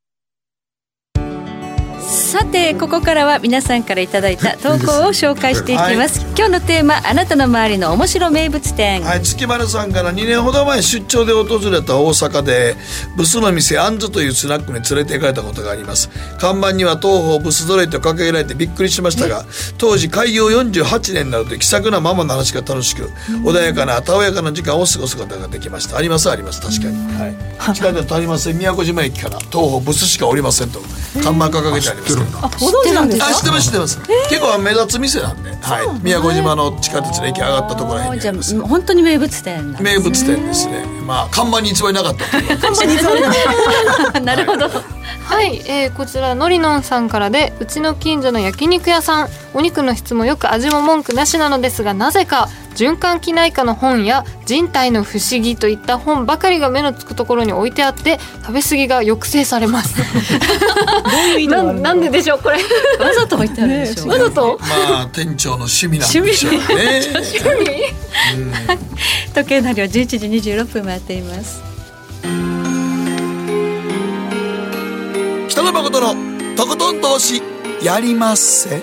Speaker 3: さてここからは皆さんからいただいた投稿を紹介していきます。
Speaker 2: はい、
Speaker 3: 今日のテーマ、あなたの周りの面白名物店。
Speaker 2: はい、月丸さんからにねんほど前出張で訪れた大阪でブスの店アンズというスナックに連れて行かれたことがあります。看板には東方ブスドレイと掲げられてびっくりしましたが、当時開業よんじゅうはちねんになると気さくなママの話が楽しく、穏やかなたおやかな時間を過ごすことができました。ありますあります、確かに、はい、地下鉄ありません。宮古島駅から東方ブスしか降りませんと看板掲げてありますけど、
Speaker 10: あ、ご存知なんですか？
Speaker 2: あ、知ってます知ってます、えー、結構目立つ店なんで、はい、宮古島の地下鉄の駅上がったところらへんにあります。
Speaker 3: じゃあ本当に名物店なんですね。
Speaker 2: 名物店ですね。まあ看板に偽りなかったっていう
Speaker 3: 看板に偽りなかったなるほど。
Speaker 1: はい、えー、こちらのりのんさんからで、うちの近所の焼肉屋さん、お肉の質もよく味も文句なしなのですが、なぜか循環器内科の本や人体の不思議といった本ばかりが目のつくところに置いてあって、食べ過ぎが抑制されますどういう意味な, なんででしょうこれ
Speaker 3: わざと置いてあるでしょう、
Speaker 1: ね、わざと、
Speaker 2: まあ店長の趣味なんでしょうね
Speaker 1: 趣味
Speaker 3: 時計の針はじゅういちじにじゅうろっぷん回っています。
Speaker 2: 北野誠のとことん投資やりまっせ。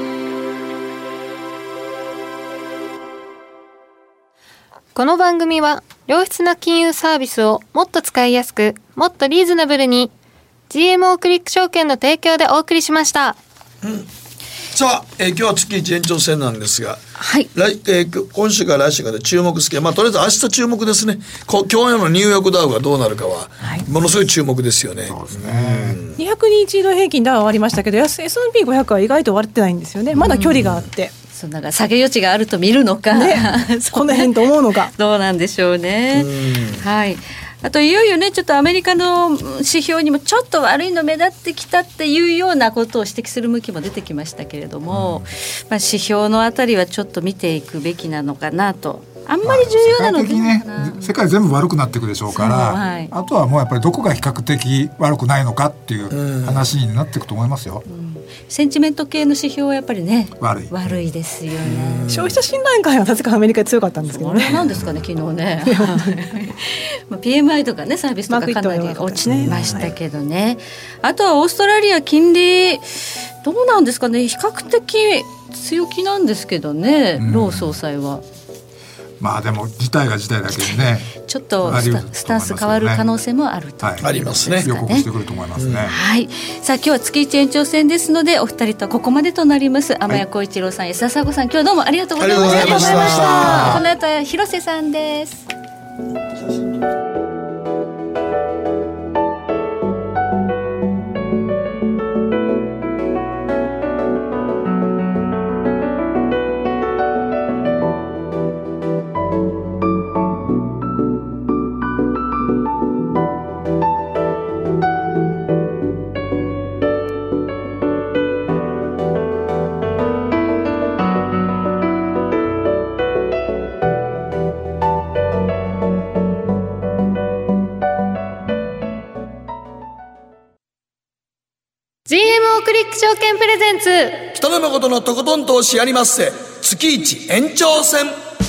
Speaker 1: この番組は良質な金融サービスをもっと使いやすく、もっとリーズナブルに ジーエムオー クリック証券の提供でお送りしました。
Speaker 2: うん、さあ、えー、今日は月いち延長戦なんですが、
Speaker 3: はい、
Speaker 2: 来えー、今週から来週からで注目すけど、まあとりあえず明日注目ですね。こ今日のニューヨークダウがどうなるかは、はい、ものすごい注目ですよね。
Speaker 10: そうですね、うん、にひゃくにち移動平均ダウは終わりましたけど、 エスアンドピーごひゃく は意外と終わってないんですよね。まだ距離があって、
Speaker 3: そんな下げ余地があると見るのか、
Speaker 10: ね、この辺と思うのか
Speaker 3: どうなんでしょうね。うはい、あといよいよね、ちょっとアメリカの指標にもちょっと悪いの目立ってきたっていうようなことを指摘する向きも出てきましたけれども、うん、まあ、指標のあたりはちょっと見ていくべきなのかなと。あんまり重要なので、
Speaker 4: まあ、世界的にね、世界全部悪くなっていくでしょうから、はい、あとはもうやっぱりどこが比較的悪くないのかっていう話になっていくと思いますよ。うん、
Speaker 3: センチメント系の指標はやっぱりね、
Speaker 4: 悪い
Speaker 3: 悪いですよね。
Speaker 10: 消費者信頼感はなぜかアメリカで強かったんですけどね。
Speaker 3: なんですかね、昨日ねピーエムアイ とかね、サービスとかかなり落ちましたけどね、はい、あとはオーストラリア金利どうなんですかね。比較的強気なんですけどね、うん、ロー総裁は。
Speaker 4: まあでも事態が事態だけにね、
Speaker 3: ちょっと ス, タスタンス変わる可能性もあると、
Speaker 2: はい、ありますね。
Speaker 4: 予告してくると思いますね。うん、
Speaker 3: はい。さあ今日は月一延長戦ですので、お二人とここまでとなります。天谷浩一郎さん、安田佐子さん、今日はどうもありがとうございました。ありがとうございました。この後は広瀬さんです。
Speaker 1: ジーエムオー クリック証券プレゼンツ、
Speaker 2: 北野誠のとことん投資やりまっせ月一延長戦。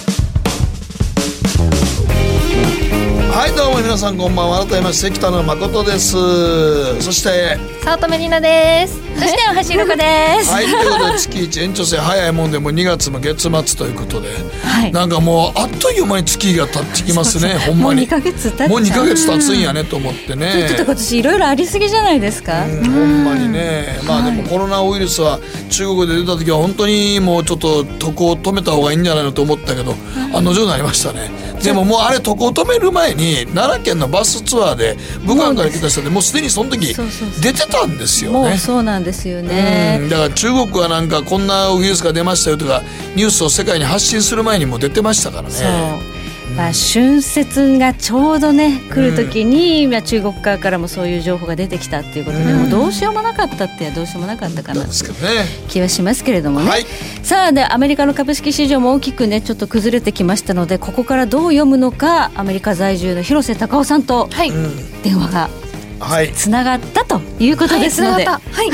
Speaker 2: はい、どうも皆さんこんばんは。改めまして北野誠です。そして
Speaker 1: 早乙女里奈です。
Speaker 3: そして大橋ひろ子です。
Speaker 2: はい、ということで月いち延長戦早いもんでもうにがつも月末ということで、はい、なんかもうあっという間に月が経ってきますね。ほんまに
Speaker 3: もうにかげつ経っちゃう。
Speaker 2: もうにかげつ経つんやねと思ってね。
Speaker 3: ちょっと今年いろいろありすぎじゃないですか。
Speaker 2: うん、ほんまにね。まあでもコロナウイルスは中国で出た時は本当にもうちょっと渡航を止めた方がいいんじゃないのと思ったけど、案の定になりましたね。でももうあれ渡航を止める前に奈良県のバスツアーで武漢から来た人でもうすでにその時出てたんですよね。
Speaker 3: もうそうなんですよね。
Speaker 2: うん、だから中国はなんかこんなウイルスが出ましたよとかニュースを世界に発信する前にも出てましたからね。
Speaker 3: そう、まあ、春節がちょうどね来る時に、うん、中国側からもそういう情報が出てきたっていうことで、うん、もうどうしようもなかったってどうしようもなかったかなって気はしますけれどもね、はい、さあでアメリカの株式市場も大きくねちょっと崩れてきましたので、ここからどう読むのかアメリカ在住の広瀬隆夫さんと電話がつながったということですので、はいはい、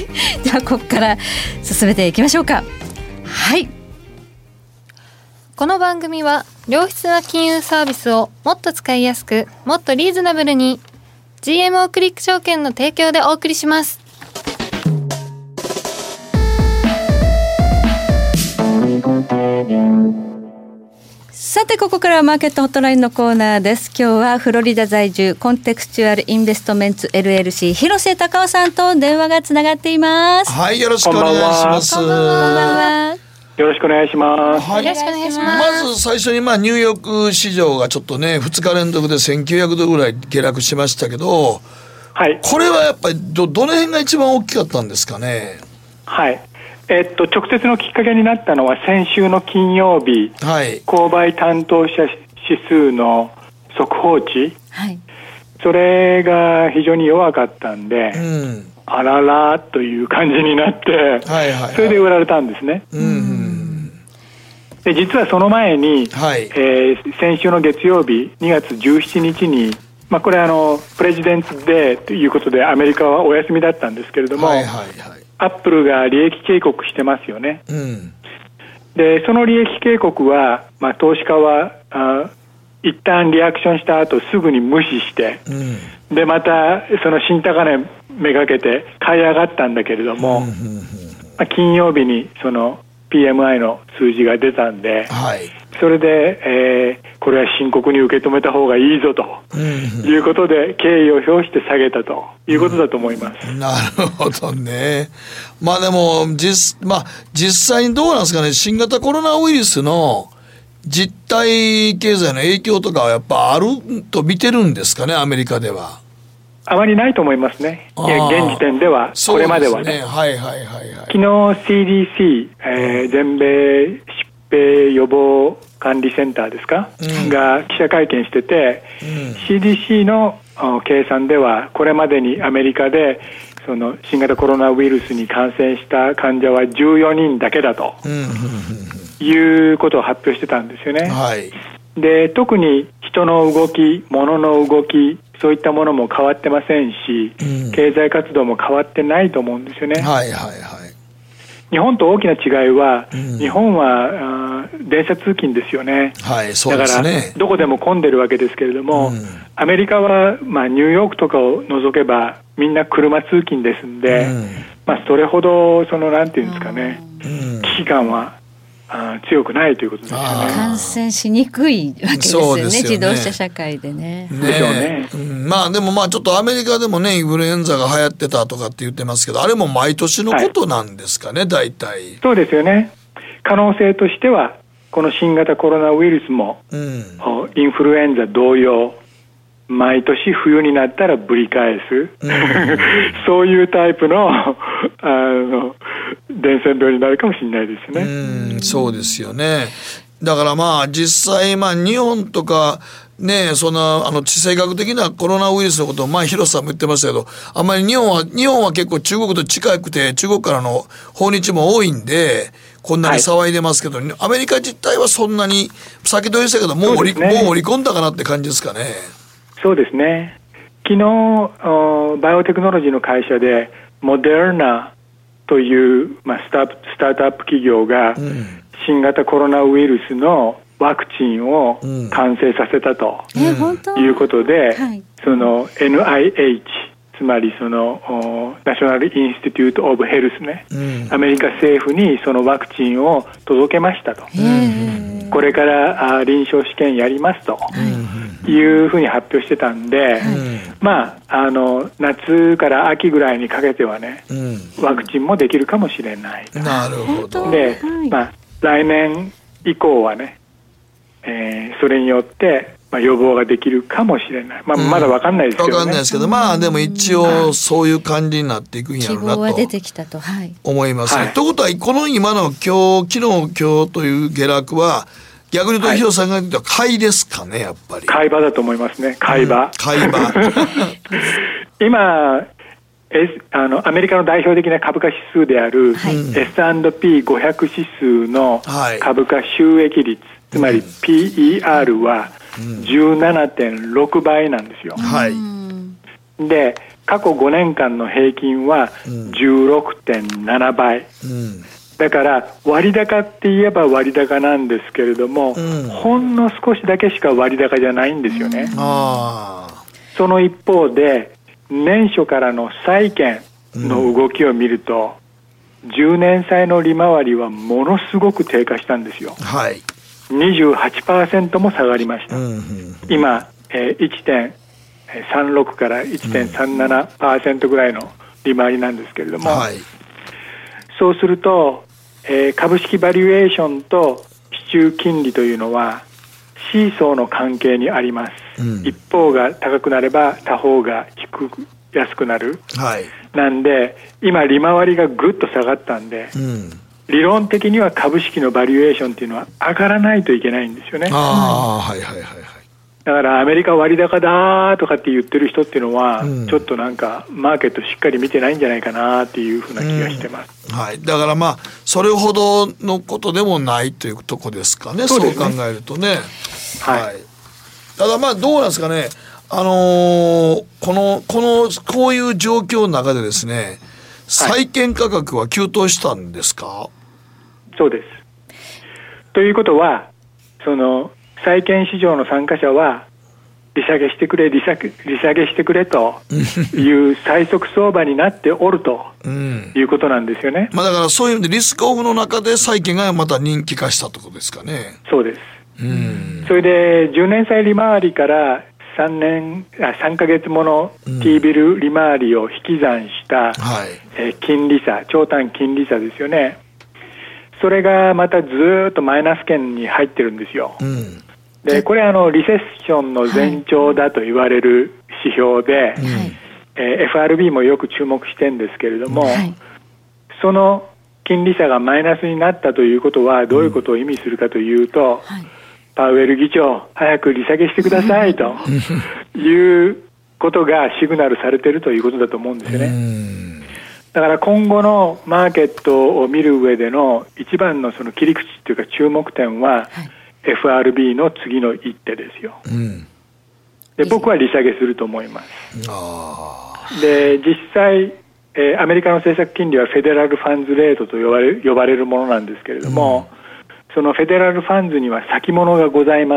Speaker 3: ではここから進めていきましょうか。はい、
Speaker 1: この番組は良質な金融サービスをもっと使いやすくもっとリーズナブルに ジーエムオー クリック証券の提供でお送りします。
Speaker 3: さてここからはマーケットホットラインのコーナーです。今日はフロリダ在住コンテクスチュアルインベストメンツ エルエルシー 広瀬隆夫さんと電話がつながっています。
Speaker 2: はい、よろしくお願いします。
Speaker 3: こんばんは。
Speaker 11: よろしくお願いします。
Speaker 1: はい、よろしくお願いします。
Speaker 2: まず最初にまあニューヨーク市場がちょっとねふつか連続でせんきゅうひゃくドルぐらい下落しましたけど、はい、これはやっぱり ど, どの辺が一番大きかったんですかね。
Speaker 11: はい、えっと、直接のきっかけになったのは先週の金曜日、はい、購買担当者指数の速報値、はい、それが非常に弱かったんで、うん、あららという感じになって、はいはいはい、それで売られたんですね。うん、で実はその前に、はい、えー、先週の月曜日にがつじゅうしちにちに、まあ、これあのプレジデンツデーということでアメリカはお休みだったんですけれども、はいはいはい、アップルが利益警告してますよね。うん、でその利益警告は、まあ、投資家はあ一旦リアクションした後すぐに無視して、うん、でまたその新高値めがけて買い上がったんだけれども、うんうんうん、まあ、金曜日にその ピーエムアイ の数字が出たんで、はい、それで、えー、これは深刻に受け止めた方がいいぞと、うんうん、いうことで敬意を表して下げたということだと思います。
Speaker 2: うん、なるほどね。まあでも 実,、まあ、実際にどうなんですかね。新型コロナウイルスの実体経済の影響とかはやっぱあると見てるんですかね、アメリカでは。
Speaker 11: あまりないと思いますね。いや現時点では、これまではね。はいはいはいはい。昨日 シーディーシー、えー、全米疾病予防管理センターですか、うん、が記者会見してて、うん、シーディーシー の計算ではこれまでにアメリカでその新型コロナウイルスに感染した患者はじゅうよにんだけだと、うん、いうことを発表してたんですよね。はい、で特に人の動き、物の動き、そういったものも変わってませんし、うん、経済活動も変わってないと思うんですよね。はいはいはい。日本と大きな違いは、うん、日本は電車通勤ですよね。はい、そうですね。だからどこでも混んでるわけですけれども、うん、アメリカは、まあ、ニューヨークとかを除けばみんな車通勤ですんで、うん、まあ、それほどそのなんていうんですかね、うん、危機感はあ強くないということですよね。
Speaker 3: 感染しにくいわけですよ ね, よね自動車社会で ね, ね
Speaker 2: でしょうね、うん、まあでもまあちょっとアメリカでもねインフルエンザが流行ってたとかって言ってますけど、あれも毎年のことなんですかね、はい、大体。
Speaker 11: そうですよね。可能性としてはこの新型コロナウイルスも、うん、インフルエンザ同様毎年冬になったらぶり返す、うん、そういうタイプの、あの伝染病になるかもしれないですね。
Speaker 2: うん、そうですよね。だからまあ実際まあ日本とかね、そのあの地政学的なコロナウイルスのことを前広瀬さんも言ってましたけど、あんまり日本は日本は結構中国と近くて中国からの訪日も多いんでこんなに騒いでますけど、はい、アメリカ自体はそんなに先ほど言ったけどもう織り、ね、もう織り込んだかなって感じですかね。
Speaker 11: そうですね。昨日バイオテクノロジーの会社でモデルナという、まあ、スタート、スタートアップ企業が新型コロナウイルスのワクチンを完成させたということで、うん、その エヌアイエイチつまりそのナショナルインスティテュートオブヘルスね、うん、アメリカ政府にそのワクチンを届けましたと、これからあ臨床試験やりますと、うん、いうふうに発表してたんで、うん、まああの夏から秋ぐらいにかけてはね、うん、ワクチンもできるかもしれない。
Speaker 2: なるほど。
Speaker 11: で、まあ、来年以降はね、えー、それによってまあ、予防ができるかもしれない、まあ、まだ分かんないですけどね、
Speaker 2: 分かんないですけど、まあでも一応そういう感じになっていくんやろうなと思いますね。ということはこの今の今日昨日今日という下落は逆に言うと広瀬さんが言ったら買いですかね。やっぱり
Speaker 11: 買い場だと思いますね。買い場、うん、
Speaker 2: 買い場
Speaker 11: 今S、あのアメリカの代表的な株価指数である、はい、エスアンドピーごひゃく 指数の株価収益率、はい、つまり ピーイーアール はじゅうななてんろくばいなんですよ、
Speaker 2: はい、
Speaker 11: で過去ごねんかんの平均は じゅうろくてんななばい、うん、だから割高って言えば割高なんですけれども、うん、ほんの少しだけしか割高じゃないんですよね、うん、あその一方で年初からの債券の動きを見ると、うん、じゅうねん債の利回りはものすごく低下したんですよ、
Speaker 2: はい、
Speaker 11: にじゅうはちパーセント も下がりました、うんうん、今、えー、いちてんさんろく から いちてんさんななパーセント ぐらいの利回りなんですけれども、はい、そうすると、えー、株式バリュエーションと市中金利というのはシーソーの関係にあります、うん、一方が高くなれば他方が低く安くなる、はい、なんで今利回りがぐっと下がったんで、うん、理論的には株式のバリュエーションっていうのは上がらないといけないんですよね。
Speaker 2: あ、はいはいはいはい。
Speaker 11: だからアメリカ割高だとかって言ってる人っていうのは、うん、ちょっとなんかマーケットしっかり見てないんじゃないかなっていうふうな気がしてます、
Speaker 2: うん、はい、だからまあそれほどのことでもないというとこですかね。そうですね、そう考えるとね、はい、はい、ただまあどうなんですかね、あのー、このこのこういう状況の中でですね、債券価格は急騰したんですか？はい、
Speaker 11: そうです。ということはその債券市場の参加者は利下げしてくれ利下げ、利下げしてくれという最速相場になっておるということなんですよね、
Speaker 2: うん、まあ、だからそういう意味でリスクオフの中で債券がまた人気化したということですかね。
Speaker 11: そうです、うん、それでじゅうねん債利回りからさんねんあさんかげつもの T ビル利回りを引き算した、うん、はい、えー、金利差、長短金利差ですよね。それがまたずっとマイナス圏に入ってるんですよ、うん、でこれはあのリセッションの前兆だと言われる指標で、はい、えー、エフアールビー もよく注目してるんですけれども、はい、その金利差がマイナスになったということはどういうことを意味するかというと、うん、はい、パウエル議長早く利下げしてくださいということがシグナルされているということだと思うんですよね。うん、だから今後のマーケットを見る上での一番のその切り口というか注目点は、はい、エフアールビー の次の一手ですよ、うん、で僕は利下げすると思います。あで実際、えー、アメリカの政策金利はフェデラルファンズレートと呼ばれ、呼ばれるものなんですけれども、うん、そのフェデラルファンズには先物がございます、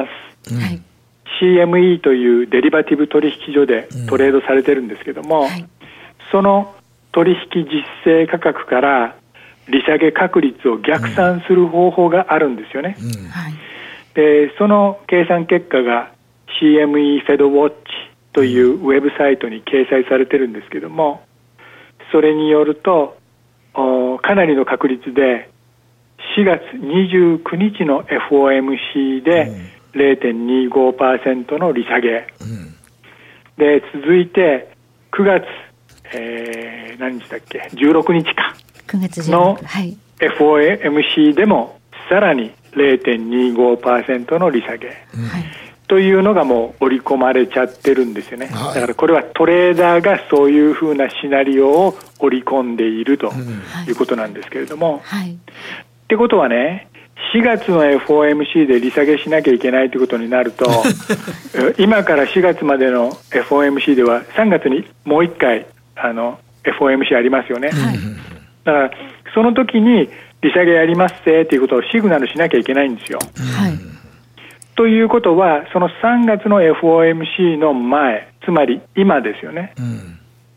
Speaker 11: うん、シーエムイー というデリバティブ取引所でトレードされてるんですけども、うん、はい、その取引実勢価格から利下げ確率を逆算する方法があるんですよね、うんうん、でその計算結果が シーエムイー フェドウォッチというウェブサイトに掲載されてるんですけども、それによるとかなりの確率でしがつにじゅうくにちの エフオーエムシー で ゼロてんにごパーセント の利下げ、うん、で続いてくがつえー、何日だっけじゅうろくにちかの エフオーエムシー でもさらに ゼロてんにごパーセント の利下げ、うん、というのがもう織り込まれちゃってるんですよね、はい、だからこれはトレーダーがそういうふうなシナリオを織り込んでいるということなんですけれども、はい、ってことはね、しがつの エフオーエムシー で利下げしなきゃいけないということになると今からしがつまでの エフオーエムシー ではさんがつにもういっかいあの エフオーエムシー ありますよね、はい、だからその時に利下げやりますぜということをシグナルしなきゃいけないんですよ、はい、ということはそのさんがつの エフオーエムシー の前、つまり今ですよね、うん、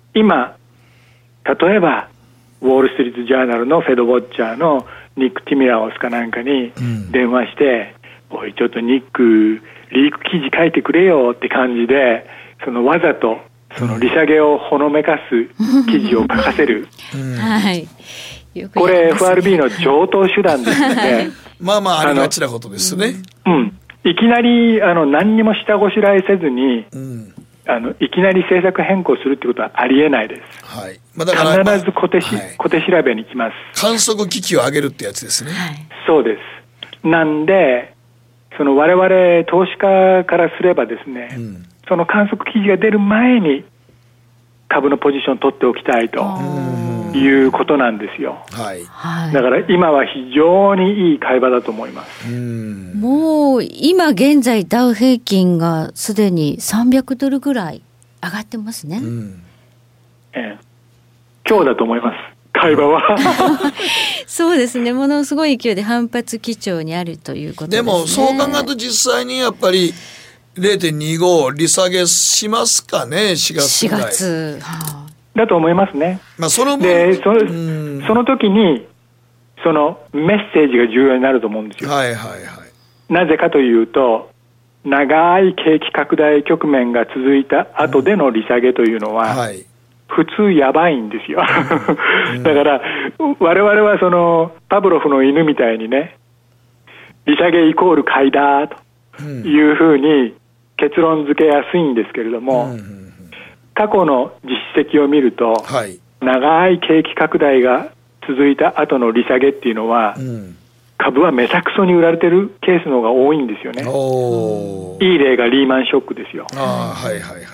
Speaker 11: 今例えばウォール・ストリート・ジャーナルのフェド・ウォッチャーのニック・ティミラオスかなんかに電話して、うん、おいちょっとニックリーク記事書いてくれよって感じで、そのわざとその利下げをほのめかす記事を書かせる、
Speaker 3: うんはい、
Speaker 11: よくこれ エフアールビー の常套手段ですので
Speaker 2: まあまあありがちなことですね。
Speaker 11: うん、いきなりあの何にも下ごしらえせずに、うん、あのいきなり政策変更するってことはありえないです、
Speaker 2: はいまあ、だから
Speaker 11: 必ず小手し、はい、小手調べに来ます。
Speaker 2: 観測機器を上げるってやつですね、
Speaker 11: はい、そうです。なんでその我々投資家からすればですね、うん、その観測記事が出る前に株のポジションを取っておきたいということなんですよ、はい、だから今は非常にいい買い場だと思います。
Speaker 3: うんもう今現在ダウ平均がすでにさんびゃくドルぐらい上がってますね、うん
Speaker 11: ええ、今日だと思います買い場は
Speaker 3: そうですね、ものすごい勢いで反発基調にあるということですね。
Speaker 2: でもそう考えると実際にやっぱり ゼロてんにご 利下げしますかね、しがつぐらい。
Speaker 3: しがつ、はあ、
Speaker 11: だと思いますね、
Speaker 2: まあ、その
Speaker 11: で そ, その時にそのメッセージが重要になると思うんですよ、
Speaker 2: はいはいはい、
Speaker 11: なぜかというと長い景気拡大局面が続いた後での利下げというのは、うんはい、普通やばいんですよだから我々はそのパブロフの犬みたいにね、利下げイコール買いだというふうに結論付けやすいんですけれども、うんうんうん、過去の実績を見ると、はい、長い景気拡大が続いた後の利下げっていうのは、うん、株はめちゃくそに売られてるケースの方が多いんですよね。おいい例がリーマンショックですよ。
Speaker 2: あ、はいはいはいはい、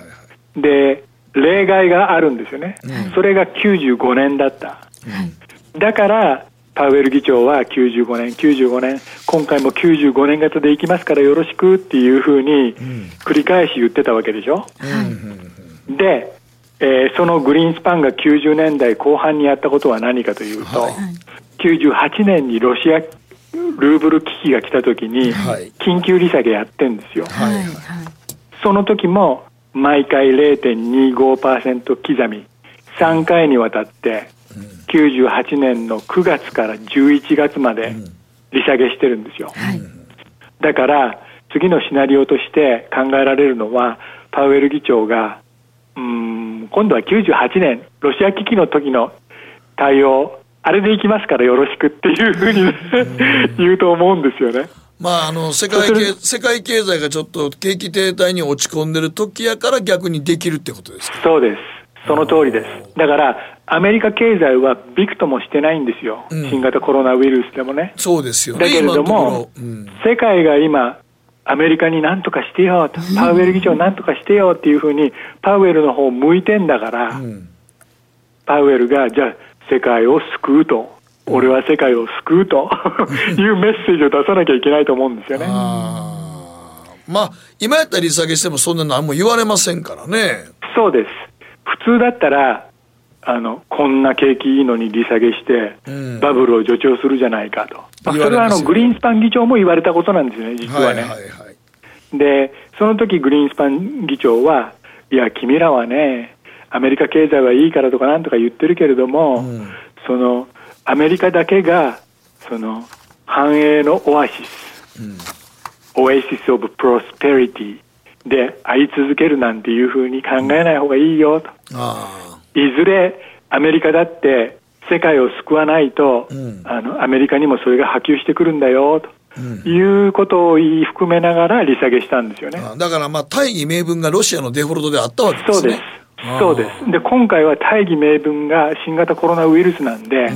Speaker 11: で例外があるんですよね、うん、それがきゅうじゅうごねんだった、うん、だからパウエル議長はきゅうじゅうごねんきゅうじゅうごねん今回もきゅうじゅうごねん型でいきますからよろしくっていうふうに繰り返し言ってたわけでしょ、うん、で、えー、そのグリーンスパンがきゅうじゅうねんだいこう半にやったことは何かというと、はい、きゅうじゅうはちねんにロシアルーブル危機が来た時に緊急利下げやってんですよ、はいはい、その時も毎回 ゼロてんにごパーセント 刻みさんかいにわたってきゅうじゅうはちねんのくがつからじゅういちがつまで利下げしてるんですよ、はい、だから次のシナリオとして考えられるのはパウエル議長がうーん今度はきゅうじゅうはちねんロシア危機の時の対応あれでいきますからよろしくっていうふうに言うと思うんですよね。
Speaker 2: まあ、あの世界経世界経済がちょっと景気停滞に落ち込んでる時やから逆にできるってことですか。
Speaker 11: そうです、その通りです。だからアメリカ経済はびくともしてないんですよ、うん、新型コロナウイルスでもね。
Speaker 2: そうですよね。
Speaker 11: だけれども、うん、世界が今アメリカに何とかしてよと、パウエル議長何とかしてよっていうふうにパウエルの方を向いてんだから、うん、パウエルがじゃあ世界を救うと、俺は世界を救うというメッセージを出さなきゃいけないと思うんですよね。
Speaker 2: あ、まあ今やったら利下げしてもそんな何も言われませんからね。
Speaker 11: そうです。普通だったらあのこんな景気いいのに利下げして、うん、バブルを助長するじゃないかと、まあ、それはあのグリーンスパン議長も言われたことなんですよね、実はね、はいはいはい、でその時グリーンスパン議長はいや君らはねアメリカ経済はいいからとかなんとか言ってるけれども、うん、そのアメリカだけがその繁栄のオアシス、うん、オアシスオブプロスペリティであり続けるなんていうふうに考えない方がいいよと、うん、あいずれアメリカだって世界を救わないと、うん、あのアメリカにもそれが波及してくるんだよと、うん、いうことを言い含めながら利下げしたんですよね。
Speaker 2: あだからまあ大義名分がロシアのデフォルトであったわけですね。
Speaker 11: そうですそうです。で今回は大義名分が新型コロナウイルスなんで、うん、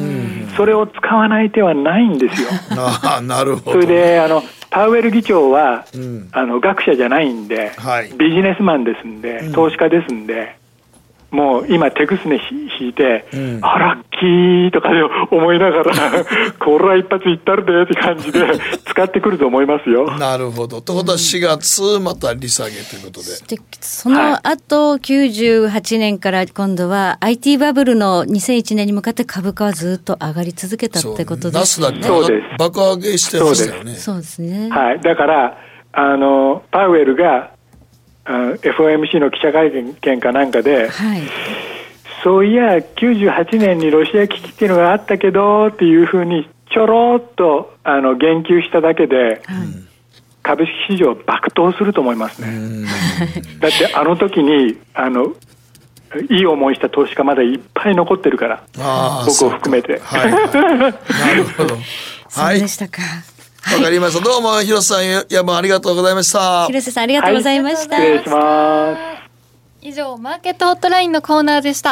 Speaker 11: それを使わない手はないんですよ。
Speaker 2: あなるほど。
Speaker 11: それであのパウエル議長は、うん、あの学者じゃないんで、はい、ビジネスマンですんで、うん、投資家ですんで、もう今手ぐすね引いて、うん、あラッキーとかで思いながらこれは一発いったるでって感じで使ってくると思いますよ。
Speaker 2: なるほど。ということはしがつまた利下げということで、
Speaker 3: でその後、はい、きゅうじゅうはちねんから今度は アイティー バブルのにせんいちねんに向かって株価はずっと上がり続けたってことですよね。
Speaker 11: そうです。
Speaker 2: 爆上げしてましたよね。
Speaker 3: そうですね。
Speaker 11: はい。だからあのパウエルがエフオーエムシー の記者会見かなんかで、はい、 そういやきゅうじゅうはちねんにロシア危機っていうのがあったけどっていうふうにちょろっとあの言及しただけで、はい、株式市場爆投すると思いますね。だってあの時にあのいい思いした投資家まだいっぱい残ってるから、僕を含めて。
Speaker 2: はい、なるほど。
Speaker 3: はい、そうでしたか。
Speaker 2: わかりました。どうも広瀬さん、山ありがとうございました。
Speaker 3: 広瀬さんありがとうございました。
Speaker 11: はい、失礼します。
Speaker 1: 以上マーケットホットラインのコーナーでした。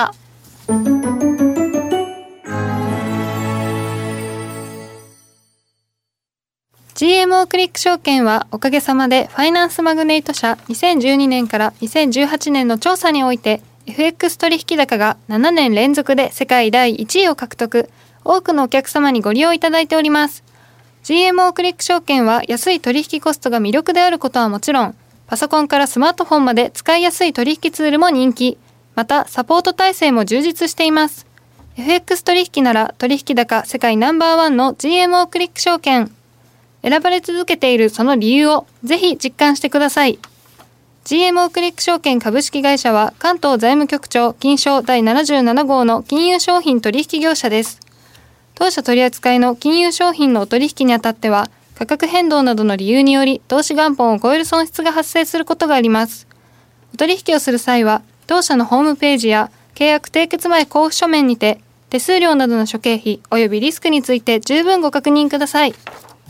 Speaker 1: ジーエムオー クリック証券はおかげさまでファイナンスマグネイト社にせんじゅうにねんからにせんじゅうはちねんの調査において エフエックス 取引高がななねん連続で世界だいいちいを獲得。多くのお客様にご利用いただいております。 ジーエムオー クリック証券は安い取引コストが魅力であることはもちろん、パソコンからスマートフォンまで使いやすい取引ツールも人気。またサポート体制も充実しています。 エフエックス 取引なら取引高世界ナンバーワンの ジーエムオー クリック証券。選ばれ続けているその理由をぜひ実感してください。 ジーエムオー クリック証券株式会社は関東財務局長金商だいななじゅうなな号の金融商品取引業者です。当社取扱いの金融商品のお取引にあたっては価格変動などの理由により投資元本を超える損失が発生することがあります。お取引をする際は当社のホームページや契約締結前交付書面にて手数料などの諸経費およびリスクについて十分ご確認ください。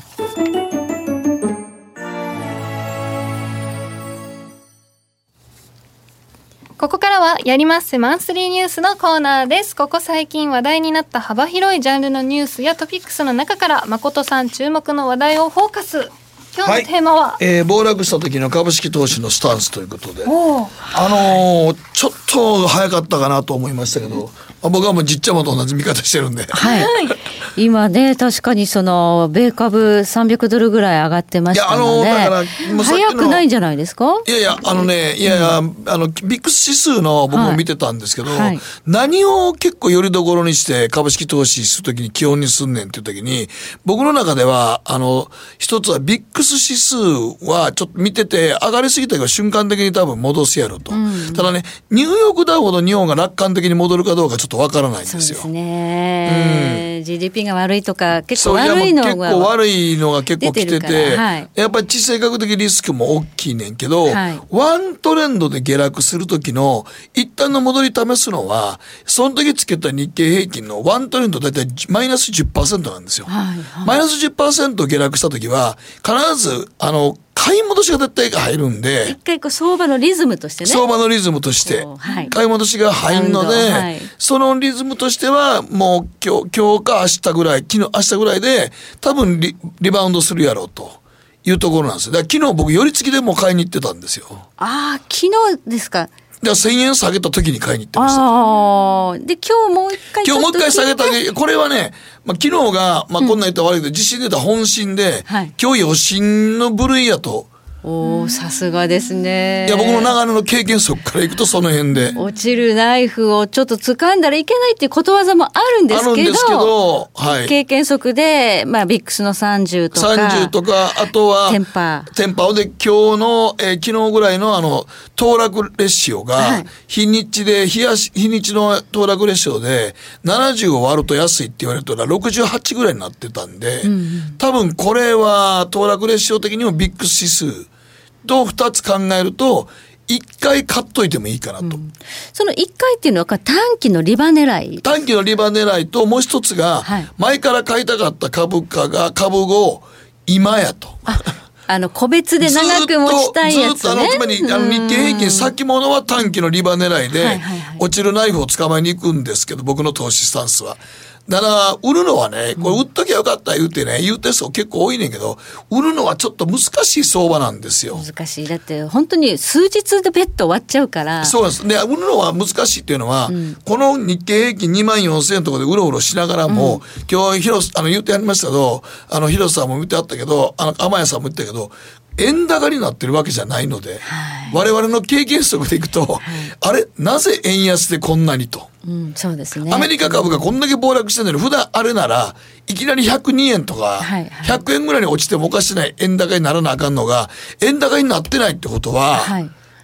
Speaker 1: ここからはやりまっせマンスリーニュースのコーナーです。ここ最近話題になった幅広いジャンルのニュースやトピックスの中から誠さん注目の話題をフォーカス。今日のテーマは、はい、
Speaker 2: えー、暴落した時の株式投資のスタンスということで、あのー、ちょっと早かったかなと思いましたけど、僕はもうじっちゃまと同じ見方してるんで、はい、
Speaker 3: 今ね確かにその米株さんびゃくドルぐらい上がってましたので、いやあのだからもう早くないんじゃないですか。
Speaker 2: いやいやあのねいやいや、うん、あのビックス指数の僕も見てたんですけど、はいはい、何を結構よりどころにして株式投資するときに基本にすんねんっていうときに、僕の中ではあの一つはビックス指数はちょっと見てて上がりすぎたけど瞬間的に多分戻すやろと、うん、ただねニューヨークダウほど日本が楽観的に戻るかどうかちょっとわからないんですよ。そうです
Speaker 3: ね、うん、ジーディーピー が悪いとか結構悪いのが
Speaker 2: 結構悪いのが結構来てて、はい、やっぱり地政学的リスクも大きいねんけど、はい、ワントレンドで下落する時の一旦の戻り試すのはその時つけた日経平均のワントレンドだいたいマイナス じゅっパーセント なんですよ、はいはい、マイナス じゅっパーセント 下落した時は必ずあの買い戻しが絶対入るんで、
Speaker 3: 一回こう相場のリズムとしてね、
Speaker 2: 相場のリズムとして、はい、買い戻しが入るので、はい、そのリズムとしてはもう今日、今日か明日ぐらい、昨日明日ぐらいで多分 リ, リバウンドするやろうというところなんですよ。だから昨日僕寄り付きでも買いに行ってたんですよ。
Speaker 3: ああ、昨日ですか。
Speaker 2: じゃあせんえん下げた時に買いに行ってました。
Speaker 3: あで今日もう一回
Speaker 2: 今日もう一回下げた時、これはね、まあ、昨日が、まあ、こんなん言ったら悪いけど、うん、実施でた本心で、はい、今日余震の部類やと。
Speaker 3: おー、さすがですね。
Speaker 2: いや僕の長野の経験則からいくとその辺で
Speaker 3: 落ちるナイフをちょっと掴んだらいけないっていうことわざもあるんですけど、あるんですけど、はい、経験則で、まあ、ビックスのさんじゅうとか
Speaker 2: さんじゅうとか、あとは
Speaker 3: テンパー
Speaker 2: テンパーで今日の、えー、昨日ぐらいのあの騰落レシオが、はい、日にちで日足日にちの騰落レシオでななじゅうを割ると安いって言われたらろくじゅうはちぐらいになってたんで、うんうん、多分これは騰落レシオ的にもビックス指数とふたつ考えるといっかい買っといてもいいかなと、うん、
Speaker 3: そのいっかいっていうのは短期のリバ狙い
Speaker 2: 短期のリバ狙いともう一つが、はい、前から買いたかった株価が株を今やと
Speaker 3: ああの個別で長く持ちたいやつね。
Speaker 2: ずっとあのつまりあの日経平均先物は短期のリバ狙いで、はいはいはい、落ちるナイフを捕まえに行くんですけど、僕の投資スタンスはだから売るのはね、これ売っときゃよかった言うてね、言うてる人結構多いねんけど、売るのはちょっと難しい相場なんですよ。
Speaker 3: 難しい。だって本当に数日でベッド終わっちゃうから。
Speaker 2: そうです。で、売るのは難しいっていうのは、うん、この日経平均にまんよんせんえんとかでうろうろしながらも、うん、今日広あの言ってやりましたけど、あの広瀬さんも見てあったけど、あの天谷さんも言ったけど、円高になってるわけじゃないので、はい、我々の経験則でいくと、はい、あれなぜ円安でこんなにと、
Speaker 3: うん、そうですね、
Speaker 2: アメリカ株がこんだけ暴落してるのに普段あれならいきなりひゃくにえんとかひゃくえんぐらいに落ちてもおかしない円高にならなあかんのが円高になってないってことは、はい、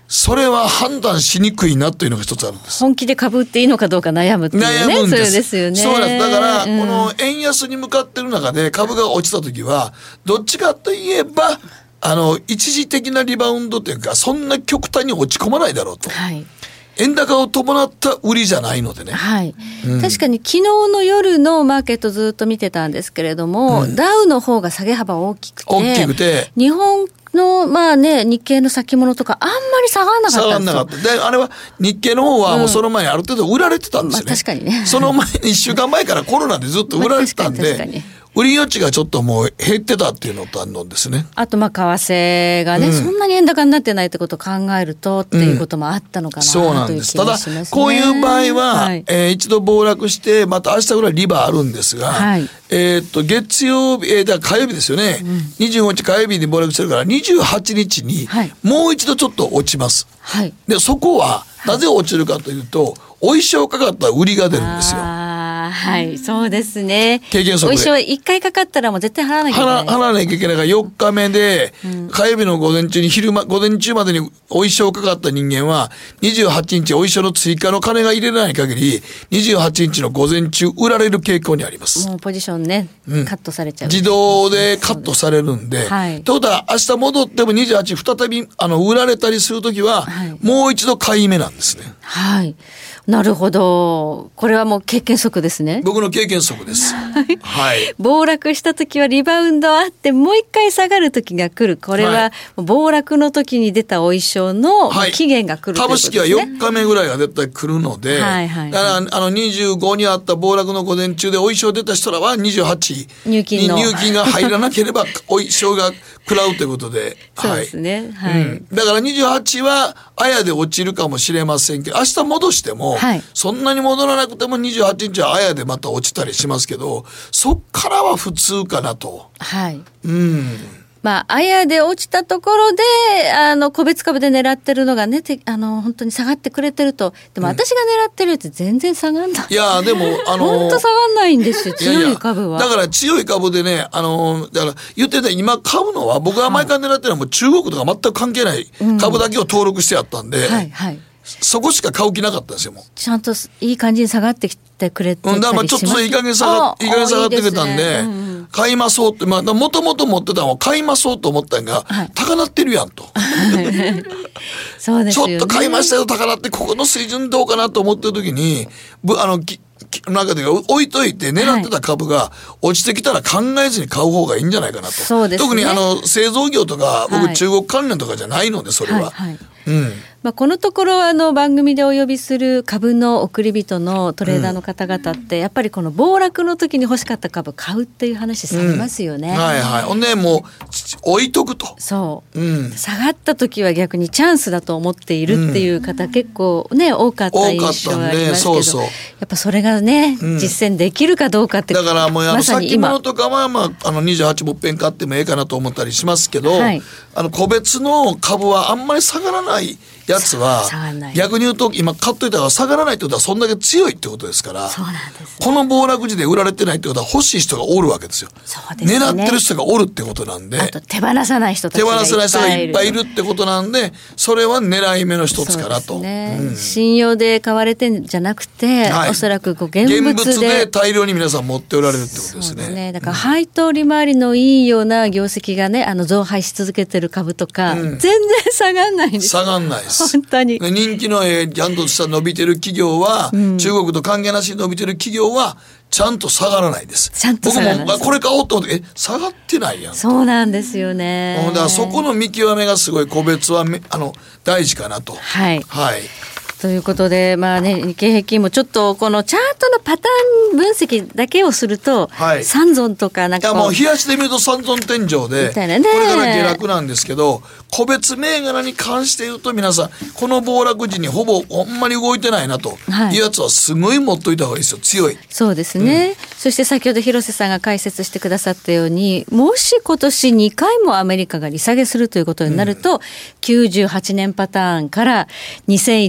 Speaker 2: それは判断しにくいなというのが一つあるんです。
Speaker 3: 本気で株売っていいのかどうか悩むっていうね。
Speaker 2: 悩むんです。
Speaker 3: そうですよね。
Speaker 2: そうなんです。だから、うん、この円安に向かってる中で株が落ちた時はどっちかといえばあの一時的なリバウンドというかそんな極端に落ち込まないだろうと。はい、円高を伴った売りじゃないのでね、
Speaker 3: はいうん、確かに昨日の夜のマーケットずっと見てたんですけれども、うん、ダウの方が下げ幅大きくて
Speaker 2: 大きくて
Speaker 3: 日本のまあね日経の先物とかあんまり下がらなかったんですよ。
Speaker 2: 下がらなかった。であれは日経の方はもうその前にある程度売られてたんですよね、
Speaker 3: まあ、確かにね
Speaker 2: その前にいっしゅうかんまえからコロナでずっと売られてたんで、まあ、確かに確かに売り余地がちょっともう減ってたっていうのとあるんですね。
Speaker 3: あとまあ為替がね、うん、そんなに円高になってないってことを考えるとっていうこともあったのかな、うん、
Speaker 2: そうなんです。ただこういう場合は、はいえー、一度暴落してまた明日ぐらいリバーあるんですが、はいえー、っと月曜日、えー、だから火曜日ですよね、うん、にじゅうごにち火曜日に暴落してるからにじゅうはちにちにもう一度ちょっと落ちます、はい、でそこはなぜ落ちるかというと、はい、お衣装かかった売りが出るんですよ。
Speaker 3: はい、そうですね。
Speaker 2: 経験則で。
Speaker 3: お衣装いっかいかかったらもう絶対払わなきゃいけない。
Speaker 2: 払わなきゃいけないからよっかめで、うん、火曜日の午前中に昼間、午前中までにお衣装かかった人間は、にじゅうはちにちお衣装の追加の金が入れない限り、にじゅうはちにちの午前中売られる傾向にあります。
Speaker 3: もうポジションね、うん、カットされちゃう。
Speaker 2: 自動でカットされるんで。はい、ということは明日戻ってもにじゅうはち再びあの売られたりするときは、はい、もう一度買い目なんですね。
Speaker 3: はい。なるほど。これはもう経験則ですね。
Speaker 2: 僕の経験則です。はい。
Speaker 3: 暴落した時はリバウンドあってもう一回下がる時が来る。これは暴落の時に出たお衣装の期限が来るということですね。
Speaker 2: 株式はよっかめぐらいが絶対来るので、はいはいはい、だからあのにじゅうごにあった暴落の午前中でお衣装出た人らはにじゅうはちに入金の入金が入らなければお衣装が食らうということで、
Speaker 3: そうですね。はい。うん、
Speaker 2: だからにじゅうはちはあやで落ちるかもしれませんけど、明日戻しても、はい、そんなに戻らなくてもにじゅうはちにちはあやでまた落ちたりしますけど、そっからは普通かなと。
Speaker 3: はい。
Speaker 2: うん。
Speaker 3: まあ、あやで落ちたところで、あの、個別株で狙ってるのがね、てあの、本当に下がってくれてると。でも私が狙ってるやつ全然下がんない。
Speaker 2: いや、でも、あのー、
Speaker 3: 本当下がんないんですよ、強い株は。
Speaker 2: いやいや、だから強い株でね、あのー、だから言ってた今買うのは、僕が毎回狙ってるのはもう中国とか全く関係ない株だけを登録してあったんで、
Speaker 3: うん、はいはい。
Speaker 2: そこしか買う気なかったんですよ、もう。
Speaker 3: ちゃんといい感じに下がってきてくれてたりします。
Speaker 2: うん、だからちょっといい加減下がいい加減下がってくれたんで、うんうん、買いまそうって、まあ、もともと持ってたのを買いまそうと思ったんが、はい、高なってるやんと。
Speaker 3: そうですよね。
Speaker 2: ちょっと買いましたよ、高なって、ここの水準どうかなと思ってる時に、あの、き中で置いといて狙ってた株が落ちてきたら考えずに買う方がいいんじゃないかなと。
Speaker 3: そうですね、
Speaker 2: 特にあの製造業とか僕中国関連とかじゃないのでそれは、はいはい
Speaker 3: うんまあ、このところあの番組でお呼びする株の送り人のトレーダーの方々って、うん、やっぱりこの暴落の時に欲しかった株買うっていう話されますよね、
Speaker 2: うん、はいはい。ほんでもう置いとくと
Speaker 3: そう、うん、下がった時は逆にチャンスだと思っているっていう方、うん、結構ね多かった印象がありますけど、そうそうやっぱそれがね、うん、実践できるかどうかって
Speaker 2: だからもうあの先物とかは、まあ、あのにじゅうはちもっぺん買ってもええかなと思ったりしますけど、はい、あの個別の株はあんまり下がらないやつは逆に言うと今買っといたから下がらないってことはそんだけ強いってことですから、
Speaker 3: そうなんです、
Speaker 2: この暴落時で売られてないってことは欲しい人がおるわけですよ。
Speaker 3: そうですね、
Speaker 2: 狙ってる人がおるってことなんで、
Speaker 3: あと手放さない人たちがいっぱいいる、
Speaker 2: 手放さない人がいっぱいいるってことなんで、それは狙い目の一つかなと、
Speaker 3: ねうん、信用で買われてんじゃなくて、はい、おそらくこう現物で
Speaker 2: 現物で大量に皆さん持っておられるってことですね。
Speaker 3: そうね、だから配当利回りのいいような業績がね、あの増配し続けてる株とか、うん、全然下がんないんです。
Speaker 2: 下がんないです。
Speaker 3: 本当に
Speaker 2: 人気の、えー、ちゃんとした伸びてる企業は、うん、中国と関係なしに伸びてる企業はちゃんと下がらないです。
Speaker 3: ちゃんと下がらないです。
Speaker 2: 僕もこれ買おうと思ってえ下がってないやん。
Speaker 3: そうなんですよね。
Speaker 2: だからそこの見極めがすごい個別はあの大事かなと。
Speaker 3: はい。
Speaker 2: はい。
Speaker 3: ということで、まあね、日経平均もちょっとこのチャートのパターン分析だけをすると、はい、三尊とかなんか
Speaker 2: いやもう冷やしで見ると三尊天井で、みたいなね、これから下落なんですけど、個別銘柄に関して言うと皆さんこの暴落時にほぼほんまに動いてないなというやつはすごい持っといた方がいいですよ。強い。
Speaker 3: そうですね、うん、そして先ほど広瀬さんが解説してくださったように、もし今年にかいもアメリカが利下げするということになると、うん、きゅうじゅうはちねんパターンからにせんいちねんの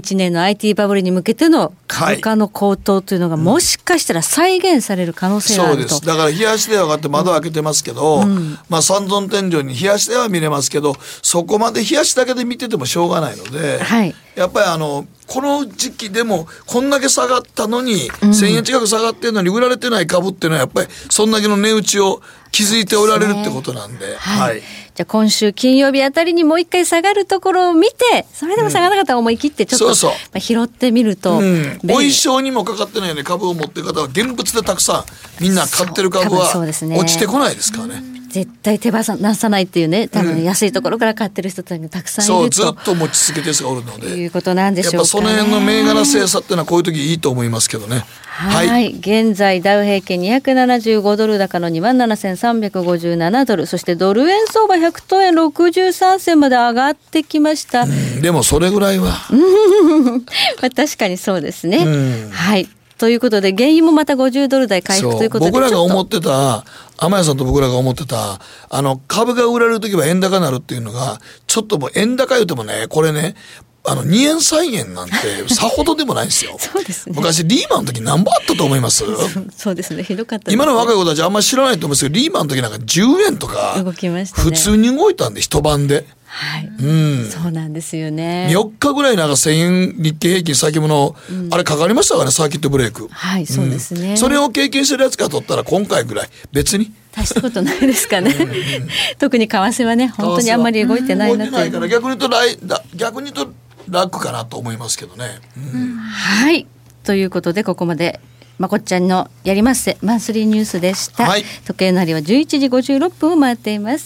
Speaker 3: アイティー バブルに向けての株価の高騰というのがもしかしたら再現される可能性があると、
Speaker 2: そうです。だから冷やしでは上がって窓開けてますけど、うん、まあ三尊天井に冷やしでは見れますけど、そこまで冷やしだけで見ててもしょうがないので、はい、やっぱりあのこの時期でもこんだけ下がったのに、うん、せんえん近く下がってるのに売られてない株っていうのはやっぱりそんだけの値打ちを築いておられるってことなんで、はい、
Speaker 3: じゃあ今週金曜日あたりにもう一回下がるところを見て、それでも下がらなかったら思い切ってちょっと、うん、そうそう、まあ、拾ってみると、うん、
Speaker 2: お衣装にもかかってないよね株を持ってる方は現物でたくさんみんな買ってる株は落ちてこないですからね。
Speaker 3: 絶対手放さないっていうね、多分安いところから買ってる人たちがたくさんいると、
Speaker 2: そうずっと持ち続けてる人がおるので
Speaker 3: いうことなんでしょうかね。
Speaker 2: やっぱその辺の銘柄精査っていうのはこういう時いいと思いますけどね。
Speaker 3: はい、はい、現在ダウ平均にひゃくななじゅうごドル高の にまんななせんさんびゃくごじゅうななドル、そしてドル円相場ひゃくとえんろくじゅうさんせんまで上がってきました。う
Speaker 2: ん、でもそれぐらいは
Speaker 3: まあ確かにそうですね。はい、ということで原油もまたごじゅうドル台回復ということで、
Speaker 2: 僕らが思ってた天谷さんと僕らが思ってたあの株が売られるときは円高になるっていうのがちょっともう円高言うてもね、これねあのにえんさんえんなんてさほどでもないんですよ。
Speaker 3: そうですね。
Speaker 2: 昔リーマンの時何本あったと思います？
Speaker 3: そうですね、ひどかったですね。
Speaker 2: 今の若い子たちあんまり知らないと思うんですけど、リーマンの時なんかじゅうえんとか
Speaker 3: 動きましたね。
Speaker 2: 普通に動いたんで一晩で。
Speaker 3: はい、うん、そうなんですよね。
Speaker 2: よっかぐらいなんかせんえん日経平均先物、うん、あれかかりましたからね、サーキットブレイク。
Speaker 3: はい、そうですね、
Speaker 2: うん、それを経験してるやつから取ったら今回ぐらい別に
Speaker 3: 大したことないですかね。特に為替はね本当にあんまり動いてないなと。
Speaker 2: 動いてないから逆に言うと来逆に言うと楽かなと思いますけどね。うん、
Speaker 3: はい、ということでここまでまこっちゃんのやりますせマンスリーニュースでした。はい、時計の針はじゅういちじごじゅうろっぷんを回っています。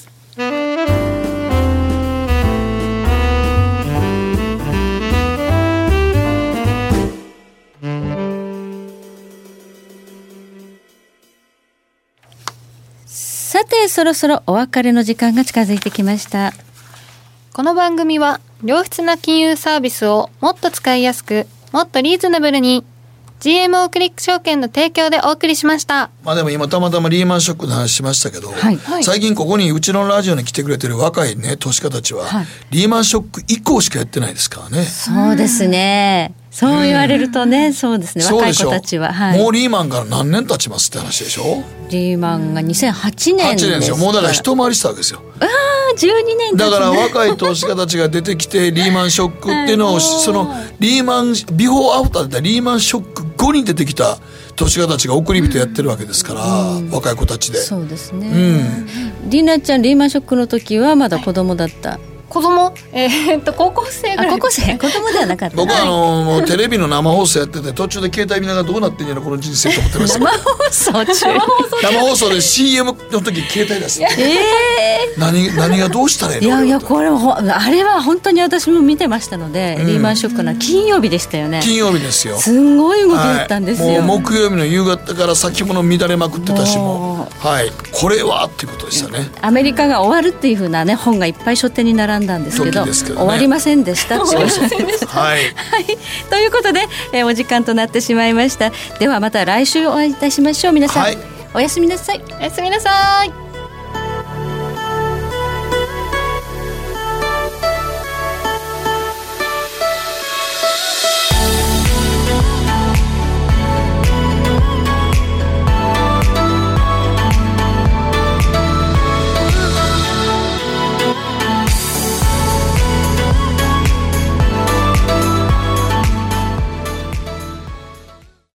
Speaker 3: さてそろそろお別れの時間が近づいてきました。
Speaker 1: この番組は良質な金融サービスをもっと使いやすくもっとリーズナブルに ジーエムオー クリック証券の提供でお送りしました。
Speaker 2: まあでも今たまたまリーマンショックの話しましたけど、はい、最近ここにうちのラジオに来てくれてる若いね投資家たちは、はい、リーマンショック以降しかやってないですからね。
Speaker 3: そうですね、そう言われるとね、うん、そうですね、若い子たちは、
Speaker 2: はい、もうリーマンから何年経ちますって話でしょ。
Speaker 3: リーマンがにせんはちねんですから、はちねんですよ。
Speaker 2: もうだから一回りしたわけですよ。
Speaker 3: ああじゅうにねん
Speaker 2: だから若い投資家たちが出てきてリーマンショックっていうのをそのリーマンビフォーアフターでリーマンショック後に出てきた投資家たちが送り人やってるわけですから、うん、若い子たちで。
Speaker 3: そうですね、うん、リーナちゃんリーマンショックの時はまだ子供だった、はい、
Speaker 1: 子供、えー、っと高校生ぐらい。
Speaker 3: 高校生子供ではなかった。
Speaker 2: 僕はあのもうテレビの生放送やってて途中で携帯見ながらどうなってんやろこの人生と思ってます。
Speaker 3: 生放送中
Speaker 2: 生放送で シーエム の時携帯出して、えー、何, 何がどうしたらいいの。
Speaker 3: いやいやこれほあれは本当に私も見てましたので、うん、リーマンショックの金曜日でしたよね。
Speaker 2: 金曜日ですよ。
Speaker 3: すんごい動きだったんですよ、
Speaker 2: はい、もう木曜日の夕方から先物乱れまくってたしもはい、これはっていうことでしたね。
Speaker 3: アメリカが終わるっていう風なね本がいっぱい書店に並んだんですけど、ね、終わりませんでしたっていうはい、
Speaker 2: はい、
Speaker 3: ということで、えー、お時間となってしまいました。ではまた来週お会いいたしましょう。皆さん、はい、おやすみなさい。
Speaker 1: おやすみなさい。